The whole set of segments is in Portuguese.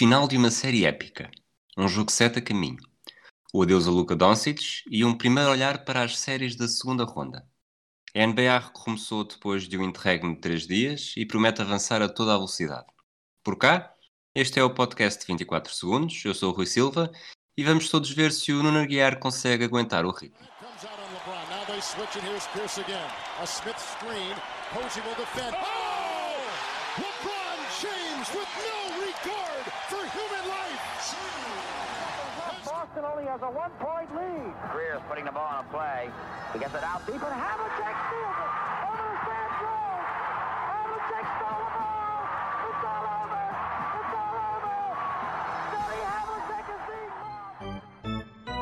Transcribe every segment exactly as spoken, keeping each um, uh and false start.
final de uma série épica, um jogo sete a caminho, o adeus a Luka Doncic e um primeiro olhar para as séries da segunda ronda. A N B A recomeçou depois de um interregno de três dias e promete avançar a toda a velocidade. Por cá, este é o podcast de vinte e quatro segundos, eu sou o Rui Silva e vamos todos ver se o Nuno Aguiar consegue aguentar o ritmo. Boston only has a one-point lead. Greer's putting the ball on a play. He gets it out deep, and Havlicek steals it. Over the Sand Rose. Havlicek stole the ball. It's all over. It's all over. Johnny Havlicek is being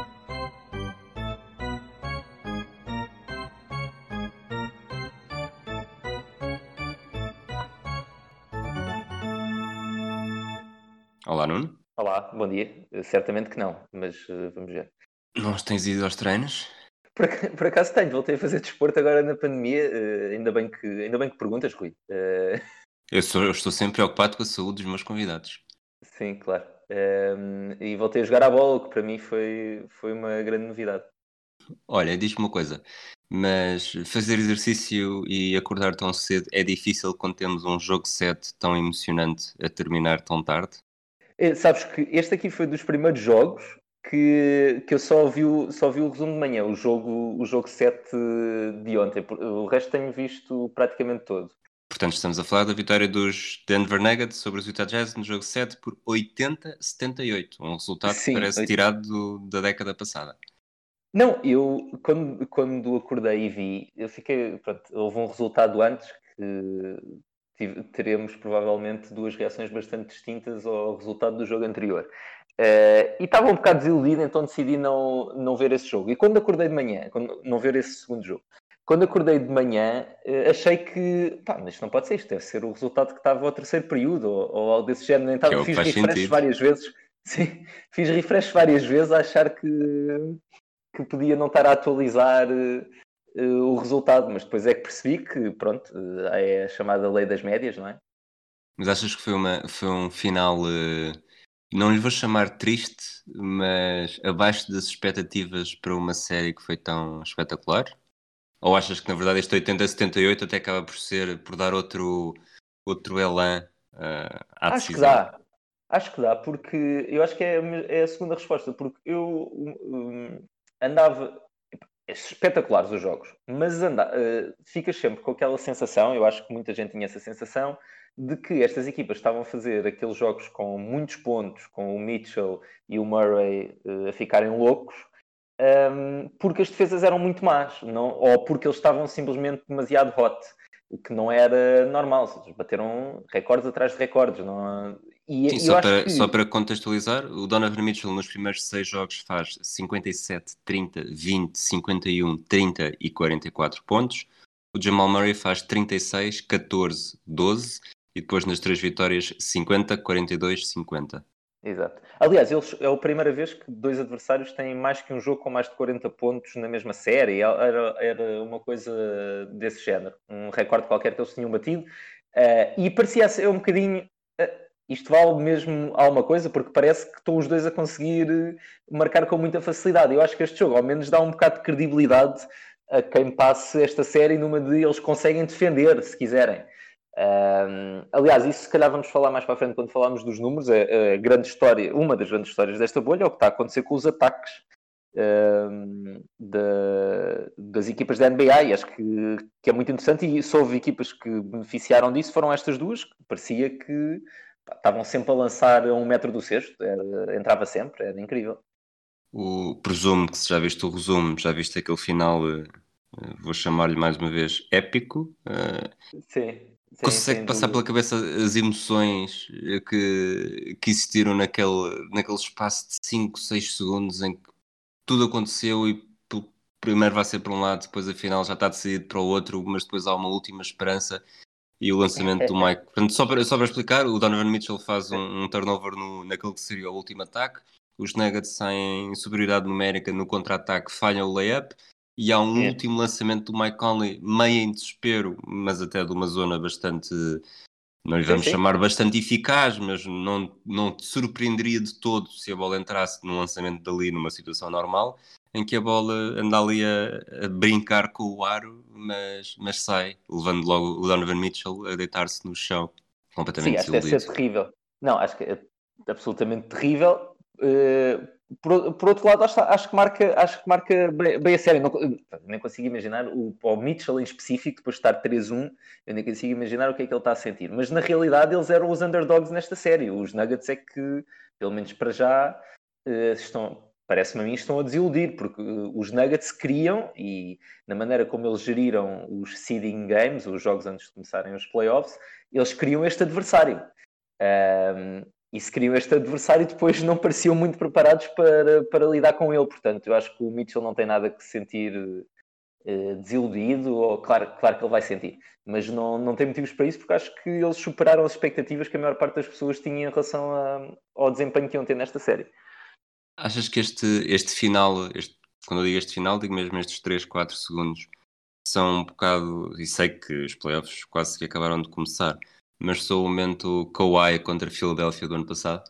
Olá, Nuno. Olá, bom dia. Uh, certamente que não, mas uh, vamos ver. Não tens ido aos treinos? Por, ac- por acaso tenho, voltei a fazer desporto agora na pandemia. Uh, ainda, bem que, ainda bem que perguntas, Rui. Uh, Eu, sou, eu estou sempre preocupado com a saúde dos meus convidados. sim, claro. Um, e voltei a jogar à bola, o que para mim foi, foi uma grande novidade. Olha, diz-me uma coisa, mas fazer exercício e acordar tão cedo é difícil quando temos um jogo sete tão emocionante a terminar tão tarde? Eh, sabes que este aqui foi dos primeiros jogos que, que eu só vi, o, só vi o resumo de manhã, o jogo, o jogo sete de ontem. Por- O resto tenho visto praticamente todo. Portanto, estamos a falar da vitória dos Denver Nuggets sobre os Utah Jazz no jogo sete por oitenta a setenta e oito. Um resultado que Sim, parece oit- tirado do- da década passada. Não, eu quando, quando acordei e vi, eu fiquei, pronto, houve um resultado antes que tive- teremos provavelmente duas reações bastante distintas ao resultado do jogo anterior. Eh, e estava um bocado desiludido, então decidi não, não ver esse jogo. E quando acordei de manhã, quando, não ver esse segundo jogo, quando acordei de manhã, eh, achei que, pá, mas isto não pode ser, isto deve ser o resultado que estava ao terceiro período, ou, ou algo desse género. Que é Então, o que fiz faz refresh sentido. várias vezes. Sim, fiz refresh várias vezes a achar que, que podia não estar a atualizar eh, eh, o resultado, mas depois é que percebi que, pronto, eh, é a chamada lei das médias, não é? Mas achas que foi, uma, foi um final, eh, não lhe vou chamar triste, mas abaixo das expectativas para uma série que foi tão espetacular? Ou achas que na verdade este oitenta a setenta e oito até acaba por ser, por dar outro, outro elan eh, à Acho que decisão? dá. Acho que dá, porque eu acho que é, a me- é a segunda resposta, porque eu hum, andava. Espetaculares os jogos, mas anda, uh, ficas sempre com aquela sensação, eu acho que muita gente tinha essa sensação, de que estas equipas estavam a fazer aqueles jogos com muitos pontos, com o Mitchell e o Murray uh, a ficarem loucos, um, porque as defesas eram muito más, não, ou porque eles estavam simplesmente demasiado hot, o que não era normal, ou seja, bateram recordes atrás de recordes. Não, Sim, e e eu só acho para, só que para contextualizar, o Donovan Mitchell nos primeiros seis jogos faz cinquenta e sete, trinta, vinte, cinquenta e um, trinta e quarenta e quatro pontos. O Jamal Murray faz trinta e seis, catorze, doze e depois nas três vitórias cinquenta, quarenta e dois, cinquenta. Exato. Aliás, eles, é a primeira vez que dois adversários têm mais que um jogo com mais de quarenta pontos na mesma série. Era, era uma coisa desse género. Um recorde qualquer que eles tinham batido. Uh, e parecia ser um bocadinho... Uh, isto vale mesmo alguma coisa, porque parece que estão os dois a conseguir marcar com muita facilidade. Eu acho que este jogo, ao menos, dá um bocado de credibilidade a quem passe esta série numa de eles conseguem defender, se quiserem. Um, aliás, isso se calhar vamos falar mais para a frente quando falarmos dos números. A, a grande história, uma das grandes histórias desta bolha é o que está a acontecer com os ataques um, da, das equipas da N B A, e acho que, que é muito interessante. E só houve equipas que beneficiaram disso, foram estas duas, que parecia que pá, estavam sempre a lançar a um metro do cesto, era, entrava sempre, era incrível. O, presumo que se já viste o resumo, já viste aquele final, eh, eh, vou chamar-lhe mais uma vez épico. eh, Sim, sim, Consegue sem passar pela dúvida. cabeça as emoções eh, que, que existiram naquele, naquele espaço de cinco, seis segundos em que tudo aconteceu e p- primeiro vai ser para um lado, depois afinal já está decidido para o outro, mas depois há uma última esperança e o lançamento do Mike. Portanto, só para, só para explicar, o Donovan Mitchell faz um, um turnover no, naquele que seria o último ataque, os Nuggets saem em superioridade numérica no contra-ataque, falham o layup e há um último lançamento do Mike Conley, meio em desespero, mas até de uma zona bastante não lhe Sim, vamos sim. chamar bastante eficaz, mas não, não te surpreenderia de todo se a bola entrasse num lançamento dali, numa situação normal, em que a bola anda ali a, a brincar com o aro, mas, mas sai, levando logo o Donovan Mitchell a deitar-se no chão, Sim, completamente acho que deve ser desiludido. terrível. Não, acho que é absolutamente terrível. Uh, por, por outro lado, acho, acho que marca, acho que marca bem, bem a sério. Não, nem consigo imaginar o, o Mitchell em específico, depois de estar três um, eu nem consigo imaginar o que é que ele está a sentir. Mas na realidade, eles eram os underdogs nesta série. Os Nuggets é que, pelo menos para já, uh, estão, parece-me a mim, estão a desiludir, porque uh, os Nuggets queriam, e na maneira como eles geriram os seeding games, os jogos antes de começarem os playoffs, eles queriam este adversário. Um, e se queriam este adversário, depois não pareciam muito preparados para, para lidar com ele. Portanto, eu acho que o Mitchell não tem nada que se sentir uh, desiludido, ou claro, claro que ele vai sentir, mas não, não tem motivos para isso, porque acho que eles superaram as expectativas que a maior parte das pessoas tinha em relação a, ao desempenho que iam ter nesta série. Achas que este, este final, este, quando eu digo este final, digo mesmo estes três, quatro segundos, são um bocado, e sei que os playoffs quase que acabaram de começar, mas sou o momento Kawhi contra a Philadelphia do ano passado?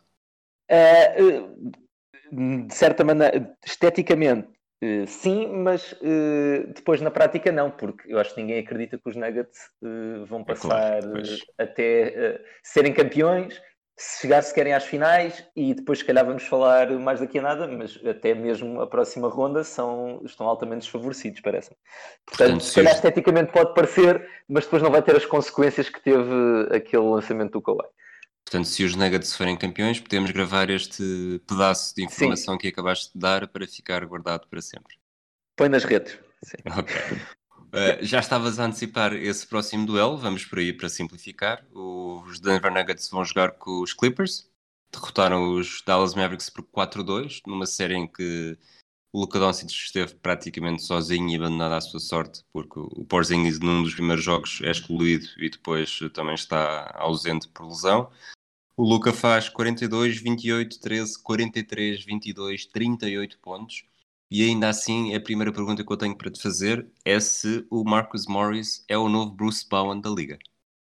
Uh, uh, de certa maneira, esteticamente, uh, sim, mas uh, depois na prática não, porque eu acho que ninguém acredita que os Nuggets uh, vão É claro, passar pois. uh, até uh, serem campeões, se chegar se querem às finais, e depois se calhar vamos falar mais daqui a nada, mas até mesmo a próxima ronda são, estão altamente desfavorecidos, parece-me. Portanto, Portanto, se se calhar os, esteticamente pode parecer, mas depois não vai ter as consequências que teve aquele lançamento do Kawhi. portanto, se os Nuggets forem campeões, podemos gravar este pedaço de Sim, informação que acabaste de dar para ficar guardado para sempre. põe nas redes. Sim. Ok. Uh, já estavas a antecipar esse próximo duelo, vamos por aí para simplificar. Os Denver Nuggets vão jogar com os Clippers, derrotaram os Dallas Mavericks por quatro a dois, numa série em que o Luka Doncic esteve praticamente sozinho e abandonado à sua sorte, porque o Porzingis num dos primeiros jogos é excluído e depois também está ausente por lesão. O Luka faz quarenta e dois, vinte e oito, treze, quarenta e três, vinte e dois, trinta e oito pontos. E ainda assim, a primeira pergunta que eu tenho para te fazer é se o Marcus Morris é o novo Bruce Bowen da Liga.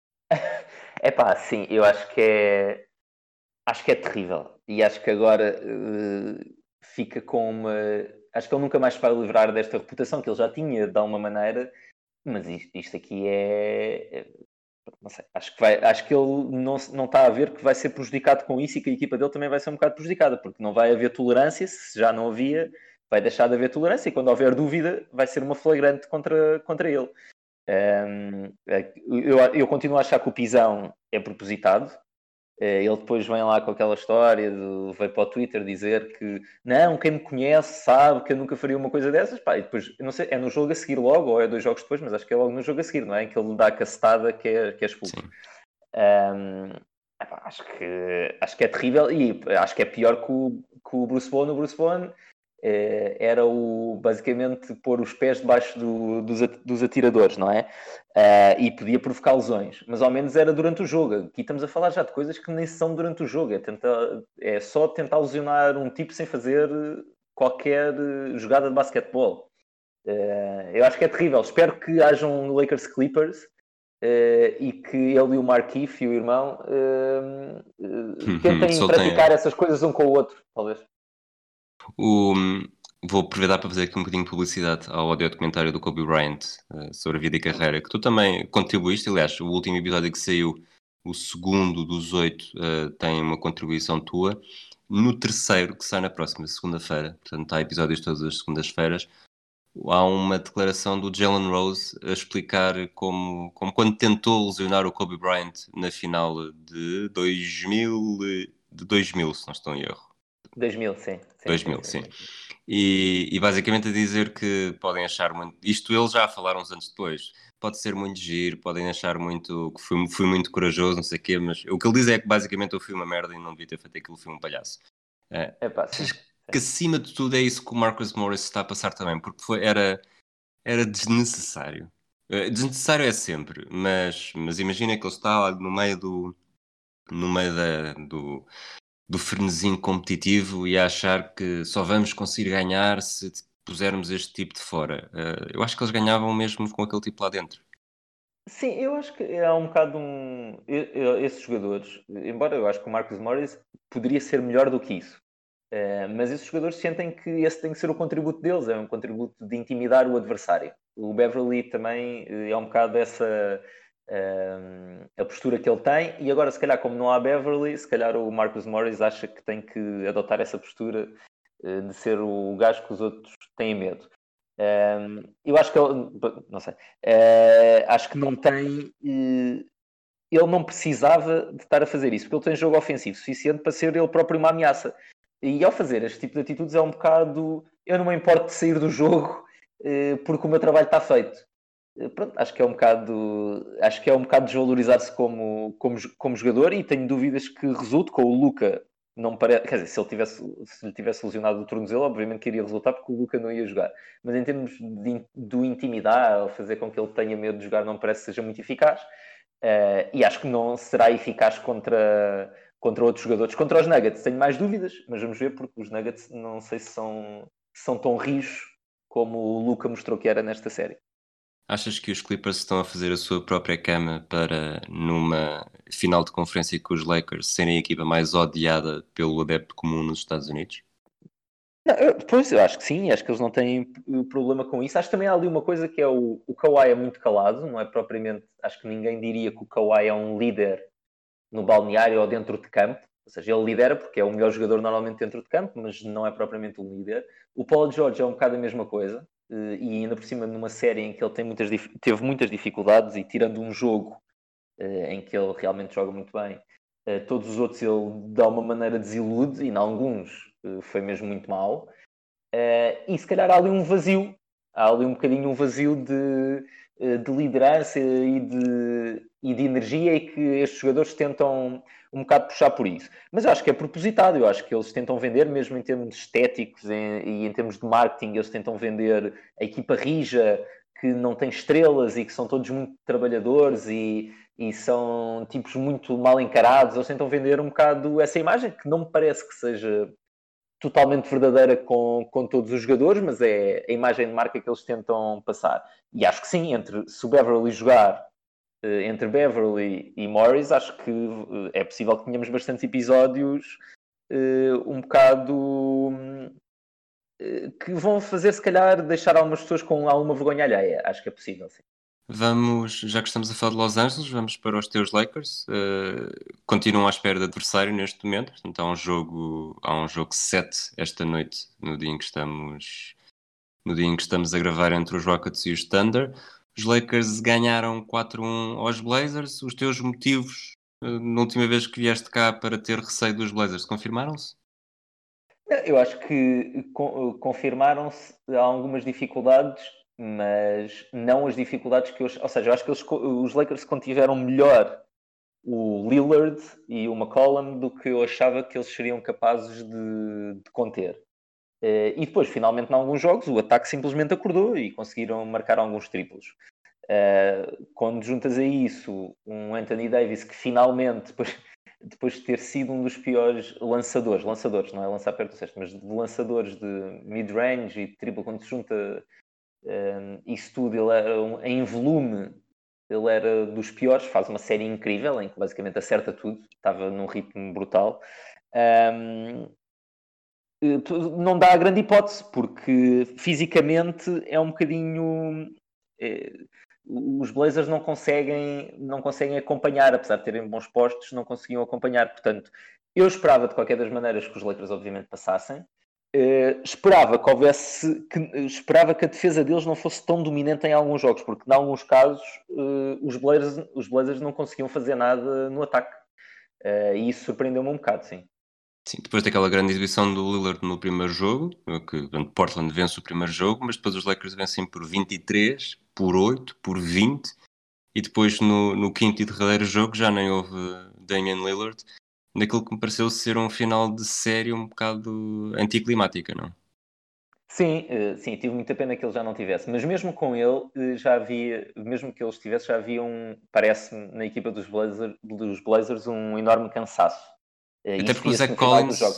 É pá, sim, eu acho que é acho que é terrível e acho que agora uh, fica com uma. Acho que ele nunca mais se vai livrar desta reputação que ele já tinha de alguma maneira, mas isto, isto aqui é, é. Não sei, acho que, vai, acho que ele não, não está a ver que vai ser prejudicado com isso e que a equipa dele também vai ser um bocado prejudicada, porque não vai haver tolerância, se já não havia, vai deixar de haver tolerância e quando houver dúvida vai ser uma flagrante contra, contra ele. Um, eu, eu continuo a achar que o pisão é propositado. Ele depois vem lá com aquela história, de, veio para o Twitter dizer que não, quem me conhece sabe que eu nunca faria uma coisa dessas. Pá, e depois, eu não sei, é no jogo a seguir logo, ou é dois jogos depois, mas acho que é logo no jogo a seguir, não é? Em que ele dá a cacetada que é, que é expulso. Um, epá, acho, que, acho que é terrível e acho que é pior que o, que o Bruce Bowen. O Bruce Bowen eh, era o, basicamente pôr os pés debaixo do, dos, dos atiradores, não é? Uh, e podia provocar lesões, mas ao menos era durante o jogo. Aqui estamos a falar já de coisas que nem são durante o jogo, é, tentar, é só tentar lesionar um tipo sem fazer qualquer jogada de basquetebol. Uh, eu acho que é terrível. Espero que haja um Lakers Clippers uh, e que ele e o Markieff e o irmão uh, uh, tentem praticar essas coisas um com o outro, talvez. O, vou aproveitar para fazer aqui um bocadinho de publicidade ao audiodocumentário do Kobe Bryant uh, sobre a vida e carreira, que tu também contribuíste. Aliás, o último episódio que saiu, o segundo dos oito, uh, tem uma contribuição tua. No terceiro, que sai na próxima segunda-feira, portanto há episódios todas as segundas-feiras, há uma declaração do Jalen Rose a explicar como, como quando tentou lesionar o Kobe Bryant na final de dois mil, de dois mil, se não estou em erro. dois mil, sim. sim dois mil, sim. sim. E, e basicamente a dizer que podem achar muito... Isto eles já falaram uns anos depois. Pode ser muito giro, podem achar muito que fui, fui muito corajoso, não sei o quê, mas o que ele diz é que basicamente eu fui uma merda e não devia ter feito aquilo, fui um palhaço. É, Epá, sim, achas sim. que acima de tudo é isso que o Marcus Morris está a passar também, porque foi, era, era desnecessário. Desnecessário é sempre, mas, mas imagina que ele está lá no meio do... no meio da, do do frenesim competitivo e a achar que só vamos conseguir ganhar se pusermos este tipo de fora. Uh, eu acho que eles ganhavam mesmo com aquele tipo lá dentro. Sim, eu acho que é um bocado um. Esses jogadores, embora eu acho que o Marcus Morris poderia ser melhor do que isso, uh, mas esses jogadores sentem que esse tem que ser o contributo deles, é um contributo de intimidar o adversário. O Beverly também é um bocado essa uh, a postura que ele tem, e agora, se calhar, como não há Beverly, se calhar o Marcus Morris acha que tem que adotar essa postura uh, de ser o gajo que os outros têm medo. Um, eu acho que ele, não sei, uh, acho que não tem, uh, ele não precisava de estar a fazer isso, porque ele tem jogo ofensivo suficiente para ser ele próprio uma ameaça. E ao fazer este tipo de atitudes é um bocado, eu não me importo de sair do jogo uh, porque o meu trabalho está feito. Uh, pronto, acho que é um bocado, acho que é um bocado desvalorizar-se como, como, como jogador, e tenho dúvidas que resulte com o Luka. Não parece, quer dizer, se ele tivesse, se lhe tivesse lesionado o tornozelo, obviamente que iria resultar, porque o Luka não ia jogar. Mas em termos de, de o intimidar, ou fazer com que ele tenha medo de jogar, não parece que seja muito eficaz. Uh, e acho que não será eficaz contra, contra outros jogadores. Contra os Nuggets tenho mais dúvidas, mas vamos ver, porque os Nuggets não sei se são, se são tão rijos como o Luka mostrou que era nesta série. Achas que os Clippers estão a fazer a sua própria cama para, numa final de conferência com os Lakers, serem a equipa mais odiada pelo adepto comum nos Estados Unidos? Não, eu, pois, eu acho que sim, acho que eles não têm problema com isso. Acho que também há ali uma coisa que é o, o Kawhi é muito calado, não é propriamente, acho que ninguém diria que o Kawhi é um líder no balneário ou dentro de campo, ou seja, ele lidera porque é o melhor jogador normalmente dentro de campo, mas não é propriamente um líder. O Paul George é um bocado a mesma coisa, e ainda por cima numa série em que ele tem muitas, teve muitas dificuldades, e tirando um jogo em que ele realmente joga muito bem, todos os outros ele de alguma maneira desilude, e em alguns foi mesmo muito mal. E se calhar há ali um vazio, há ali um bocadinho um vazio de, de liderança e de, e de energia, e que estes jogadores tentam um bocado puxar por isso. Mas eu acho que é propositado, eu acho que eles tentam vender, mesmo em termos estéticos e em termos de marketing, eles tentam vender a equipa rija, que não tem estrelas e que são todos muito trabalhadores e, e são tipos muito mal encarados. Eles tentam vender um bocado essa imagem, que não me parece que seja totalmente verdadeira com, com todos os jogadores, mas é a imagem de marca que eles tentam passar. E acho que sim, entre, se o Beverly jogar entre Beverly e Morris, acho que é possível que tenhamos bastantes episódios um bocado que vão fazer, se calhar, deixar algumas pessoas com alguma vergonha alheia. Acho que é possível, sim. Vamos, já que estamos a falar de Los Angeles, vamos para os teus Lakers. Uh, continuam à espera de adversário neste momento. Portanto, há um jogo, há um jogo sete esta noite, no dia em que estamos, no dia em que estamos a gravar, entre os Rockets e os Thunder. Os Lakers ganharam quatro a um aos Blazers. Os teus motivos, uh, na última vez que vieste cá, para ter receio dos Blazers, confirmaram-se? Eu acho que confirmaram-se algumas dificuldades, mas não as dificuldades que eu... Ou seja, eu acho que eles, os Lakers contiveram melhor o Lillard e o McCollum do que eu achava que eles seriam capazes de, de conter. E depois, finalmente, em alguns jogos, o ataque simplesmente acordou e conseguiram marcar alguns triplos. Quando juntas a isso um Anthony Davis que finalmente... Depois, depois de ter sido um dos piores lançadores, lançadores, não é lançar perto do cesto, mas de lançadores de mid-range e de triplo, quando se junta um, isso tudo, ele era um, em volume, ele era dos piores, faz uma série incrível, em que basicamente acerta tudo, estava num ritmo brutal. Um, não dá a grande hipótese, porque fisicamente é um bocadinho... É, os Blazers não conseguem, não conseguem acompanhar, apesar de terem bons postos, não conseguiam acompanhar. Portanto, eu esperava de qualquer das maneiras que os Lakers obviamente passassem. Uh, esperava que houvesse, que, esperava que a defesa deles não fosse tão dominante em alguns jogos, porque em alguns casos uh, os, Blazers, os Blazers não conseguiam fazer nada no ataque. Uh, e isso surpreendeu-me um bocado, sim. Sim, depois daquela grande exibição do Lillard no primeiro jogo, que portanto, Portland vence o primeiro jogo, mas depois os Lakers vencem por vinte e três, por oito, por vinte, e depois no, no quinto e derradeiro jogo já nem houve Damian Lillard, naquilo que me pareceu ser um final de série um bocado anticlimática, não? Sim, sim, tive muita pena que ele já não tivesse, mas mesmo com ele já havia, mesmo que ele estivesse, já havia um, parece-me, na equipa dos Blazers, dos Blazers um enorme cansaço. Até porque o Zach Collins,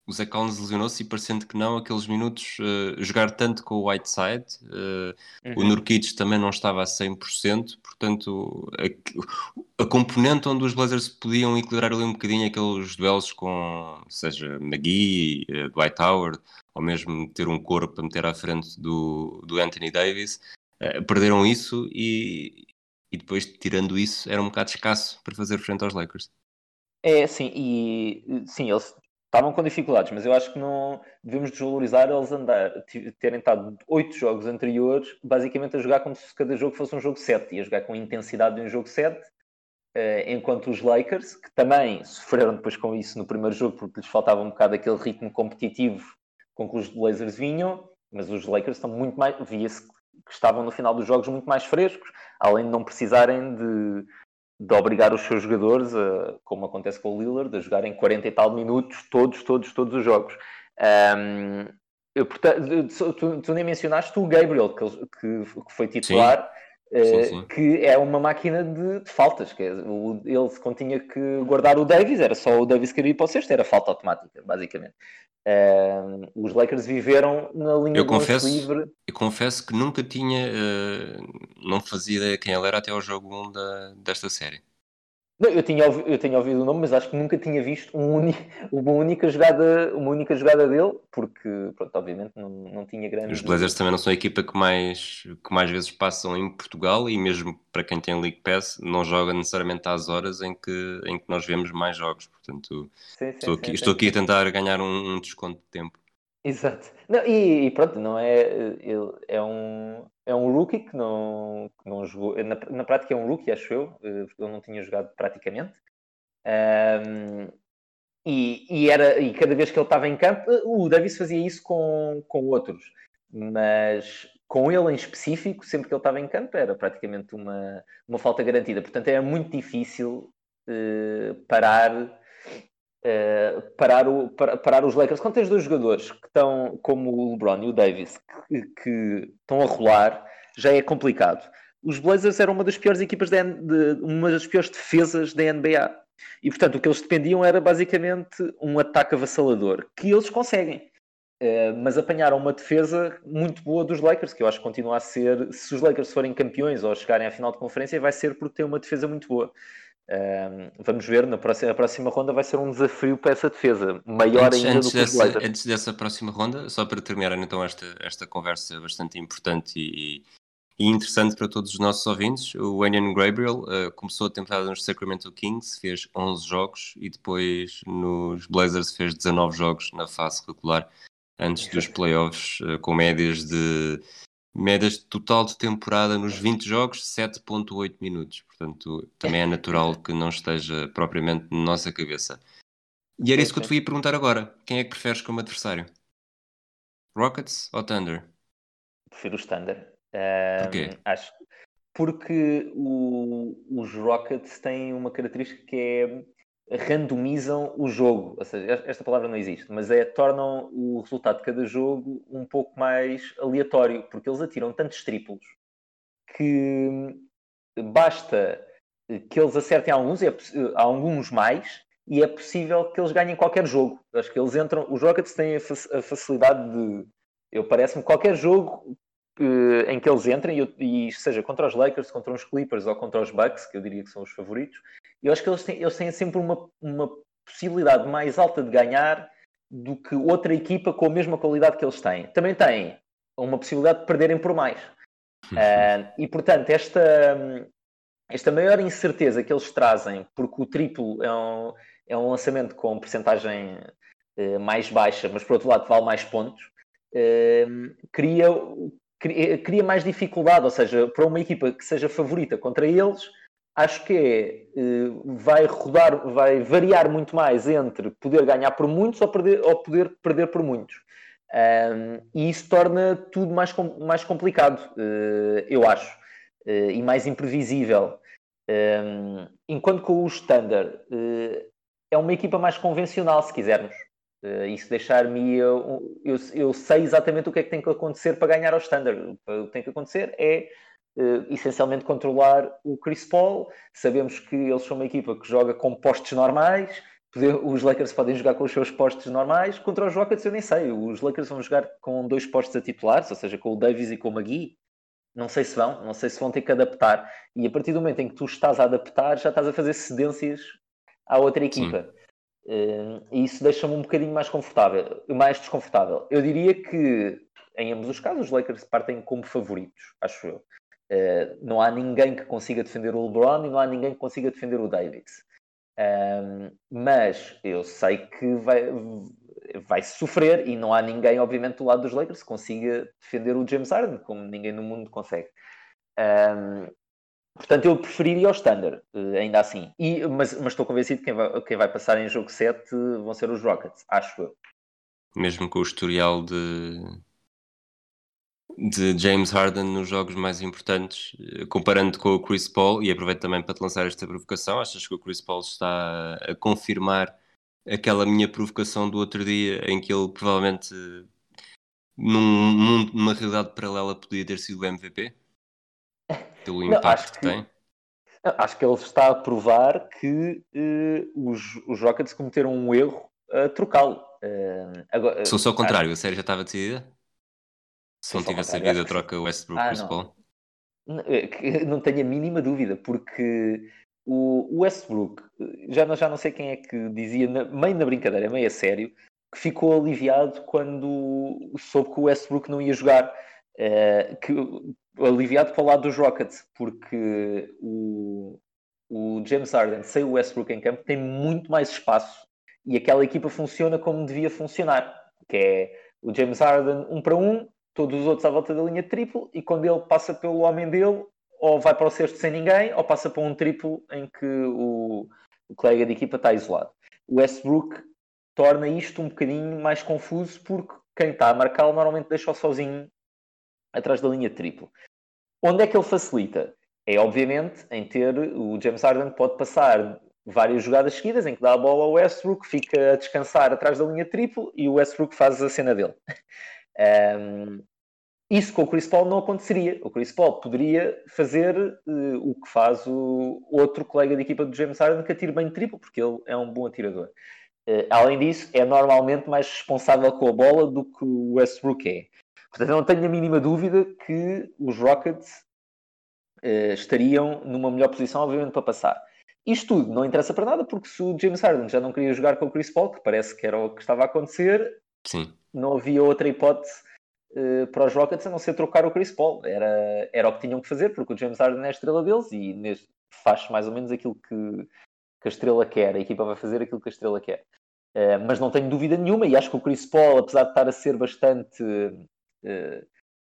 o Zach Collins lesionou-se e parecendo que não, aqueles minutos, uh, jogar tanto com o Whiteside, uh, uhum. o Nurkic também não estava a cem por cento, portanto a, a componente onde os Blazers podiam equilibrar ali um bocadinho aqueles duelos com, seja McGee, uh, Dwight Howard, ou mesmo ter um corpo para meter à frente do, do Anthony Davis, uh, perderam isso e, e depois, tirando isso, era um bocado escasso para fazer frente aos Lakers. É, sim, e sim, eles estavam com dificuldades, mas eu acho que não devemos desvalorizar eles andar, terem estado oito jogos anteriores, basicamente a jogar como se cada jogo fosse um jogo sete, e a jogar com a intensidade de um jogo sete, enquanto os Lakers, que também sofreram depois com isso no primeiro jogo, porque lhes faltava um bocado aquele ritmo competitivo com que os Blazers vinham, mas os Lakers estão muito mais, via-se que estavam no final dos jogos muito mais frescos, além de não precisarem de de obrigar os seus jogadores, a, como acontece com o Lillard, a jogarem quarenta e tal minutos, todos, todos, todos os jogos. Um, eu, portanto, tu, tu nem mencionaste o Gabriel, que, que, que foi titular, sim. Sim, sim. Uh, que é uma máquina de, de faltas. Que é, o, ele, quando tinha que guardar o Davis, era só o Davis que iria para o cesto, era falta automática, basicamente. Uh, os Lakers viveram na linha eu de confesso, lance livre. Eu confesso que nunca tinha, uh, não fazia ideia quem ele era até ao jogo um da, desta série. Não, eu, tinha, eu tinha ouvido o nome, mas acho que nunca tinha visto um uni, uma, única jogada, uma única jogada dele, porque, pronto, obviamente não, não tinha grande... Os Blazers também não são a equipa que mais, que mais vezes passam em Portugal, e mesmo para quem tem League Pass, não joga necessariamente às horas em que, em que nós vemos mais jogos. Portanto, sim, sim, estou, aqui, sim, estou sim, aqui sim. a tentar ganhar um, um desconto de tempo. Exato. Não, e, e pronto, não é, ele é um, é um rookie que não, que não jogou, na, na prática é um rookie, acho eu, porque ele não tinha jogado praticamente. Um, e, e, era, e cada vez que ele estava em campo, o Davis fazia isso com, com outros, mas com ele em específico, sempre que ele estava em campo, era praticamente uma, uma falta garantida. Portanto, era muito difícil uh, parar... Uh, parar, o, para, parar os Lakers. Quando tens dois jogadores que estão, como o LeBron e o Davis, que, que estão a rolar, já é complicado. Os Blazers eram uma das piores equipas, de, de, uma das piores defesas da N B A. E, portanto, o que eles dependiam era basicamente um ataque avassalador, que eles conseguem. Uh, mas apanharam uma defesa muito boa dos Lakers, que eu acho que continua a ser, se os Lakers forem campeões ou chegarem à final de conferência, vai ser porque tem uma defesa muito boa. Um, vamos ver, na próxima, a próxima ronda vai ser um desafio para essa defesa, maior antes, ainda antes do que os dessa, Blazers. Antes dessa próxima ronda, só para terminar então esta, esta conversa bastante importante e, e interessante para todos os nossos ouvintes, o Wenyen Gabriel uh, começou a temporada nos Sacramento Kings, fez onze jogos e depois nos Blazers fez dezanove jogos na fase regular, antes dos playoffs, uh, com médias de médias de total de temporada nos vinte jogos, sete vírgula oito minutos. Portanto, também é natural que não esteja propriamente na nossa cabeça. E era sim, isso que sim. eu te ia perguntar agora. Quem é que preferes como adversário? Rockets ou Thunder? Prefiro os Thunder. Um, Porquê? Acho porque o, os Rockets têm uma característica que é randomizam o jogo, ou seja, esta palavra não existe, mas é tornam o resultado de cada jogo um pouco mais aleatório, porque eles atiram tantos triplos que basta que eles acertem alguns, é, alguns mais, e é possível que eles ganhem qualquer jogo. Acho que eles entram, os Rockets têm a, fa- a facilidade de, eu parece-me, qualquer jogo uh, em que eles entrem, e, e seja contra os Lakers, contra os Clippers ou contra os Bucks, que eu diria que são os favoritos, eu acho que eles têm, eles têm sempre uma, uma possibilidade mais alta de ganhar do que outra equipa com a mesma qualidade que eles têm. Também têm uma possibilidade de perderem por mais. Uh, e, portanto, esta, esta maior incerteza que eles trazem, porque o triplo é um, é um lançamento com percentagem uh, mais baixa, mas, por outro lado, vale mais pontos, uh, cria, cria, cria mais dificuldade. Ou seja, para uma equipa que seja favorita contra eles, acho que é, uh, vai rodar, vai variar muito mais entre poder ganhar por muitos ou, perder, ou poder perder por muitos. Um, e isso torna tudo mais, mais complicado, uh, eu acho, uh, e mais imprevisível. Um, enquanto que o Thunder uh, é uma equipa mais convencional, se quisermos. Uh, isso deixar-me... Eu, eu, eu sei exatamente o que é que tem que acontecer para ganhar ao Thunder. O que tem que acontecer é uh, essencialmente controlar o Chris Paul. Sabemos que eles são uma equipa que joga com postes normais, os Lakers podem jogar com os seus postos normais, contra os Rockets eu nem sei, os Lakers vão jogar com dois postos a titulares, ou seja, com o Davis e com o McGee, não sei se vão, não sei se vão ter que adaptar, e a partir do momento em que tu estás a adaptar, já estás a fazer cedências à outra equipa. Uh, e isso deixa-me um bocadinho mais confortável, mais desconfortável. Eu diria que, em ambos os casos, os Lakers partem como favoritos, acho eu. Uh, não há ninguém que consiga defender o LeBron e não há ninguém que consiga defender o Davis. Um, mas eu sei que vai, vai sofrer e não há ninguém, obviamente, do lado dos Lakers que consiga defender o James Harden, como ninguém no mundo consegue. Um, portanto, eu preferiria o Thunder, ainda assim. E, mas, mas estou convencido que quem vai, quem vai passar em jogo sete vão ser os Rockets, acho eu. Mesmo com o historial de, de James Harden nos jogos mais importantes, comparando com o Chris Paul, e aproveito também para te lançar esta provocação, achas que o Chris Paul está a confirmar aquela minha provocação do outro dia, em que ele provavelmente, num mundo, numa realidade paralela, podia ter sido o M V P? Pelo impacto não, acho que, que tem? Não, acho que ele está a provar que uh, os, os Rockets cometeram um erro a trocá-lo. Uh, agora, Sou só o contrário, acho... a série já estava decidida? Se não tivesse havido a troca Westbrook ah, Chris Paul? Não, não tenho a mínima dúvida, porque o Westbrook, já não, já não sei quem é que dizia, meio na brincadeira, meio a sério, que ficou aliviado quando soube que o Westbrook não ia jogar. Uh, que, aliviado para o lado dos Rockets, porque o, o James Harden, sem o Westbrook em campo, tem muito mais espaço e aquela equipa funciona como devia funcionar, que é o James Harden um para um, todos os outros à volta da linha de triplo, e quando ele passa pelo homem dele, ou vai para o cesto sem ninguém, ou passa para um triplo em que o, o colega de equipa está isolado. O Westbrook torna isto um bocadinho mais confuso, porque quem está a marcá-lo normalmente deixa-o sozinho atrás da linha de triplo. Onde é que ele facilita? É, obviamente, em ter o James Harden pode passar várias jogadas seguidas em que dá a bola ao Westbrook, fica a descansar atrás da linha de triplo e o Westbrook faz a cena dele. Um, isso com o Chris Paul não aconteceria. O Chris Paul poderia fazer uh, o que faz o outro colega de equipa do James Harden, que atira bem de triplo, porque ele é um bom atirador. Uh, além disso, é normalmente mais responsável com a bola do que o Westbrook é. Portanto, eu não tenho a mínima dúvida que os Rockets uh, estariam numa melhor posição, obviamente, para passar. Isto tudo não interessa para nada, porque se o James Harden já não queria jogar com o Chris Paul, que parece que era o que estava a acontecer, sim, não havia outra hipótese uh, para os Rockets a não ser trocar o Chris Paul. Era, era o que tinham que fazer, porque o James Harden é a estrela deles e neste, faz mais ou menos aquilo que, que a estrela quer. A equipa vai fazer aquilo que a estrela quer. Uh, mas não tenho dúvida nenhuma, e acho que o Chris Paul, apesar de estar a ser bastante... Uh,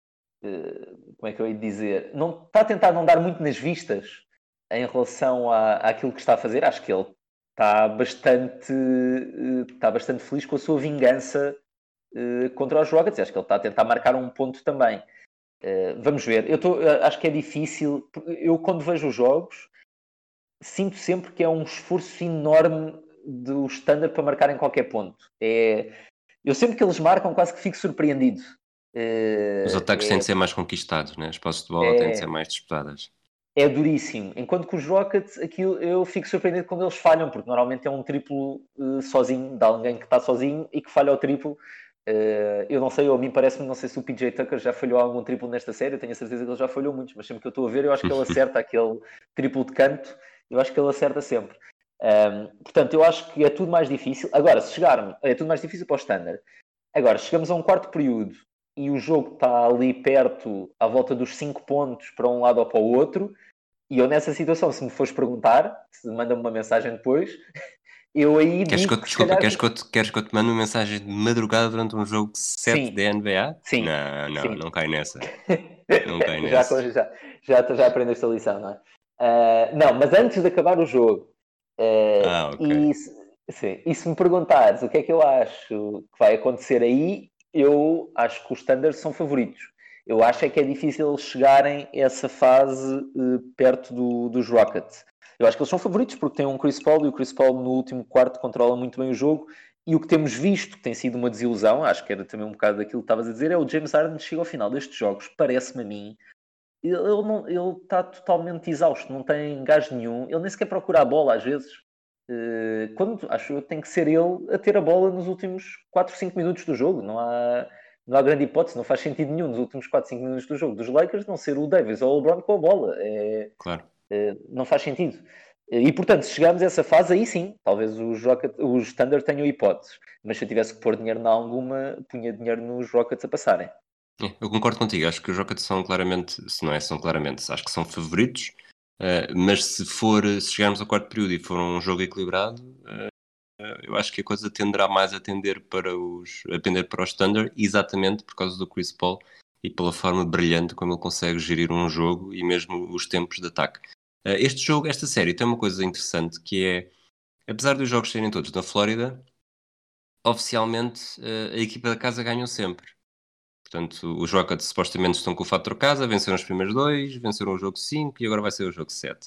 uh, como é que eu ia dizer? Não, está a tentar não dar muito nas vistas em relação à, àquilo que está a fazer. Acho que ele está bastante, uh, está bastante feliz com a sua vingança uh, contra os Rockets. Acho que ele está a tentar marcar um ponto também. Uh, vamos ver. Eu tô, uh, acho que é difícil. Eu, quando vejo os jogos, sinto sempre que é um esforço enorme do Standard para marcarem qualquer ponto. É... Eu sempre que eles marcam, quase que fico surpreendido. Uh, Os ataques é... têm de ser mais conquistados, né? As posses de bola é... têm de ser mais disputadas. É duríssimo. Enquanto que os Rockets, aquilo, eu fico surpreendido quando eles falham, porque normalmente é um triplo uh, sozinho, de alguém que está sozinho e que falha o triplo. Uh, eu não sei, ou a mim parece-me, não sei se o P J Tucker já falhou algum triplo nesta série, eu tenho a certeza que ele já falhou muitos, mas sempre que eu estou a ver, eu acho que ele acerta aquele triplo de canto, eu acho que ele acerta sempre. Um, portanto, eu acho que é tudo mais difícil. Agora, se chegarmos, é tudo mais difícil para o Standard. Agora, chegamos a um quarto período e o jogo está ali perto, à volta dos cinco pontos para um lado ou para o outro, e eu nessa situação, se me fores perguntar, se manda-me uma mensagem depois, eu aí queres digo que eu, que desculpa, calhar... queres, que eu te, queres que eu te mande uma mensagem de madrugada durante um jogo sete Sim. da N B A? Sim. Não, não, Sim. não cai nessa. Não cai já, nessa. já, já, já aprendeste a lição, não é? Uh, não, mas antes de acabar o jogo, uh, Ah, ok. e, sim, e se me perguntares o que é que eu acho que vai acontecer aí, eu acho que os Standards são favoritos. Eu acho é que é difícil eles chegarem a essa fase uh, perto do, dos Rockets. Eu acho que eles são favoritos porque têm um Chris Paul e o Chris Paul no último quarto controla muito bem o jogo. E o que temos visto, que tem sido uma desilusão, acho que era também um bocado daquilo que estavas a dizer, é o James Harden chega ao final destes jogos, parece-me a mim, ele, não, ele está totalmente exausto, não tem gás nenhum, ele nem sequer procura a bola às vezes. uh, quando, acho eu, tem que ser ele a ter a bola nos últimos quatro, cinco minutos do jogo. Não há, não há grande hipótese, não faz sentido nenhum nos últimos quatro, cinco minutos do jogo dos Lakers não ser o Davis ou o LeBron com a bola. É, Claro. uh, não faz sentido. E, portanto, se chegarmos a essa fase, aí sim, talvez os, Rocket, os Thunder tenham hipóteses. Mas se eu tivesse que pôr dinheiro em alguma, punha dinheiro nos Rockets a passarem. É, eu concordo contigo, acho que os Rockets são claramente, se não é, são claramente, acho que são favoritos, uh, mas se for, se chegarmos ao quarto período e for um jogo equilibrado, uh, eu acho que a coisa tenderá mais a tender para os, a tender para os Thunder, exatamente por causa do Chris Paul e pela forma brilhante como ele consegue gerir um jogo e mesmo os tempos de ataque. Uh, este jogo, esta série tem uma coisa interessante que é, apesar dos jogos serem todos na Flórida, oficialmente uh, a equipa da casa ganhou sempre. Portanto, os Rockets supostamente estão com o fator casa, venceram os primeiros dois, venceram o jogo cinco e agora vai ser o jogo sete.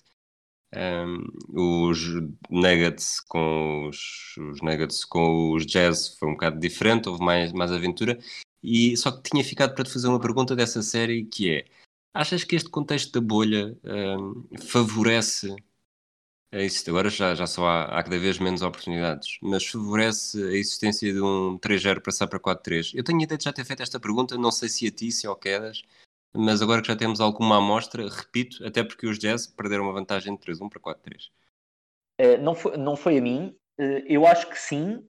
Um, os Nuggets com os, os Nuggets com os Jazz foi um bocado diferente, houve mais, mais aventura. E só que tinha ficado para te fazer uma pergunta dessa série que é: achas que este contexto da bolha um, favorece a existência? Agora já, já só há, há cada vez menos oportunidades, mas favorece a existência de um três zero passar para quatro três? Eu tenho a ideia de já ter feito esta pergunta, não sei se a ti, se ao Quedas, mas agora que já temos alguma amostra, repito, até porque os Jazz perderam uma vantagem de três um para quatro três. Uh, não, foi, não foi a mim, uh, eu acho que sim.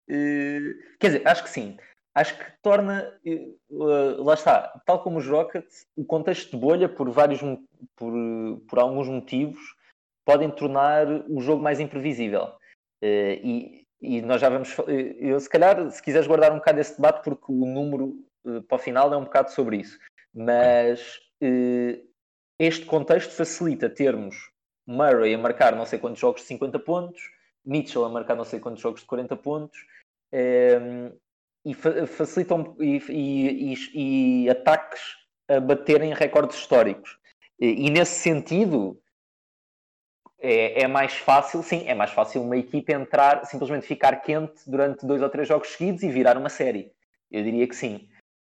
Uh, quer dizer, acho que sim. Acho que torna, uh, lá está, tal como os Rockets, o contexto de bolha, por vários, por, por alguns motivos, podem tornar o jogo mais imprevisível. Uh, e, e nós já vamos, eu se calhar, se quiseres guardar um bocado esse debate, porque o número uh, para o final é um bocado sobre isso. Mas uh, este contexto facilita termos Murray a marcar não sei quantos jogos de cinquenta pontos, Mitchell a marcar não sei quantos jogos de quarenta pontos, um, e fa- facilitam e, e, e, e ataques a baterem recordes históricos. E, e nesse sentido é, é mais fácil, sim, é mais fácil uma equipa entrar, simplesmente ficar quente durante dois ou três jogos seguidos e virar uma série. Eu diria que sim.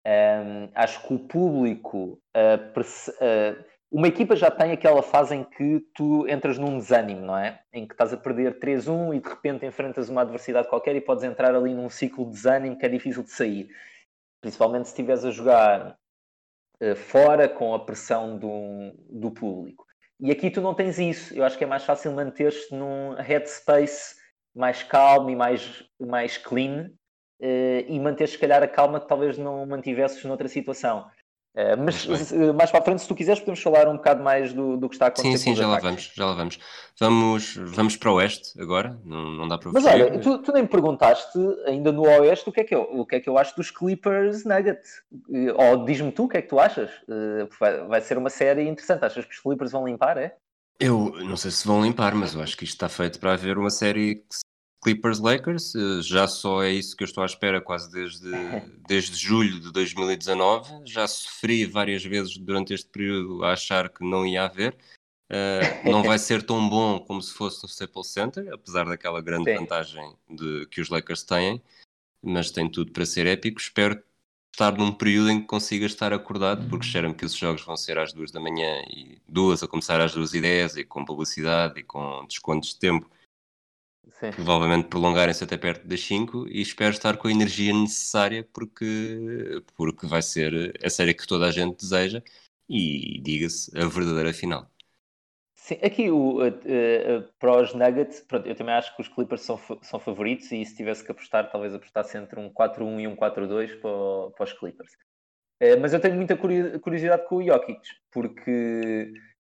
Um, acho que o público uh, perce- uh, uma equipa já tem aquela fase em que tu entras num desânimo, não é? Em que estás a perder três um e de repente enfrentas uma adversidade qualquer e podes entrar ali num ciclo de desânimo que é difícil de sair. Principalmente se estiveres a jogar uh, fora com a pressão do, do público. E aqui tu não tens isso. Eu acho que é mais fácil manter-te num headspace mais calmo e mais, mais clean, uh, e manter se calhar a calma que talvez não mantivesses noutra situação. Uh, mas uh, mais para a frente, se tu quiseres, podemos falar um bocado mais do, do que está a acontecer. Sim, sim, com os já lá ataques. vamos, já lá vamos. Vamos, vamos para o Oeste agora, não, não dá para Mas fugir. olha, tu, tu nem me perguntaste ainda no Oeste o que é que eu, o que é que eu acho dos Clippers Nuggets. Uh, ou diz-me tu o que é que tu achas. Uh, vai, vai ser uma série interessante. Achas que os Clippers vão limpar, é? Eu não sei se vão limpar, mas eu acho que isto está feito para haver uma série Clippers-Lakers. Eh, Já só é isso que eu estou à espera quase desde, desde julho de dois mil e dezanove. Já sofri várias vezes durante este período a achar que não ia haver. Uh, não vai ser tão bom como se fosse no Staples Center, apesar daquela grande Sim. vantagem de, que os Lakers têm, mas tem tudo para ser épico. Espero estar num período em que consiga estar acordado, porque espero-me que esses jogos vão ser às duas da manhã e duas a começar às duas e dez e com publicidade e com descontos de tempo, Sim. provavelmente prolongarem-se até perto das cinco, e espero estar com a energia necessária porque, porque vai ser a série que toda a gente deseja e, diga-se, a verdadeira final. Sim, aqui o, uh, uh, para os Nuggets, pronto, eu também acho que os Clippers são, são favoritos e se tivesse que apostar, talvez apostasse entre um quatro um e um quatro dois para, o, para os Clippers. Uh, mas eu tenho muita curiosidade com o Jokic, porque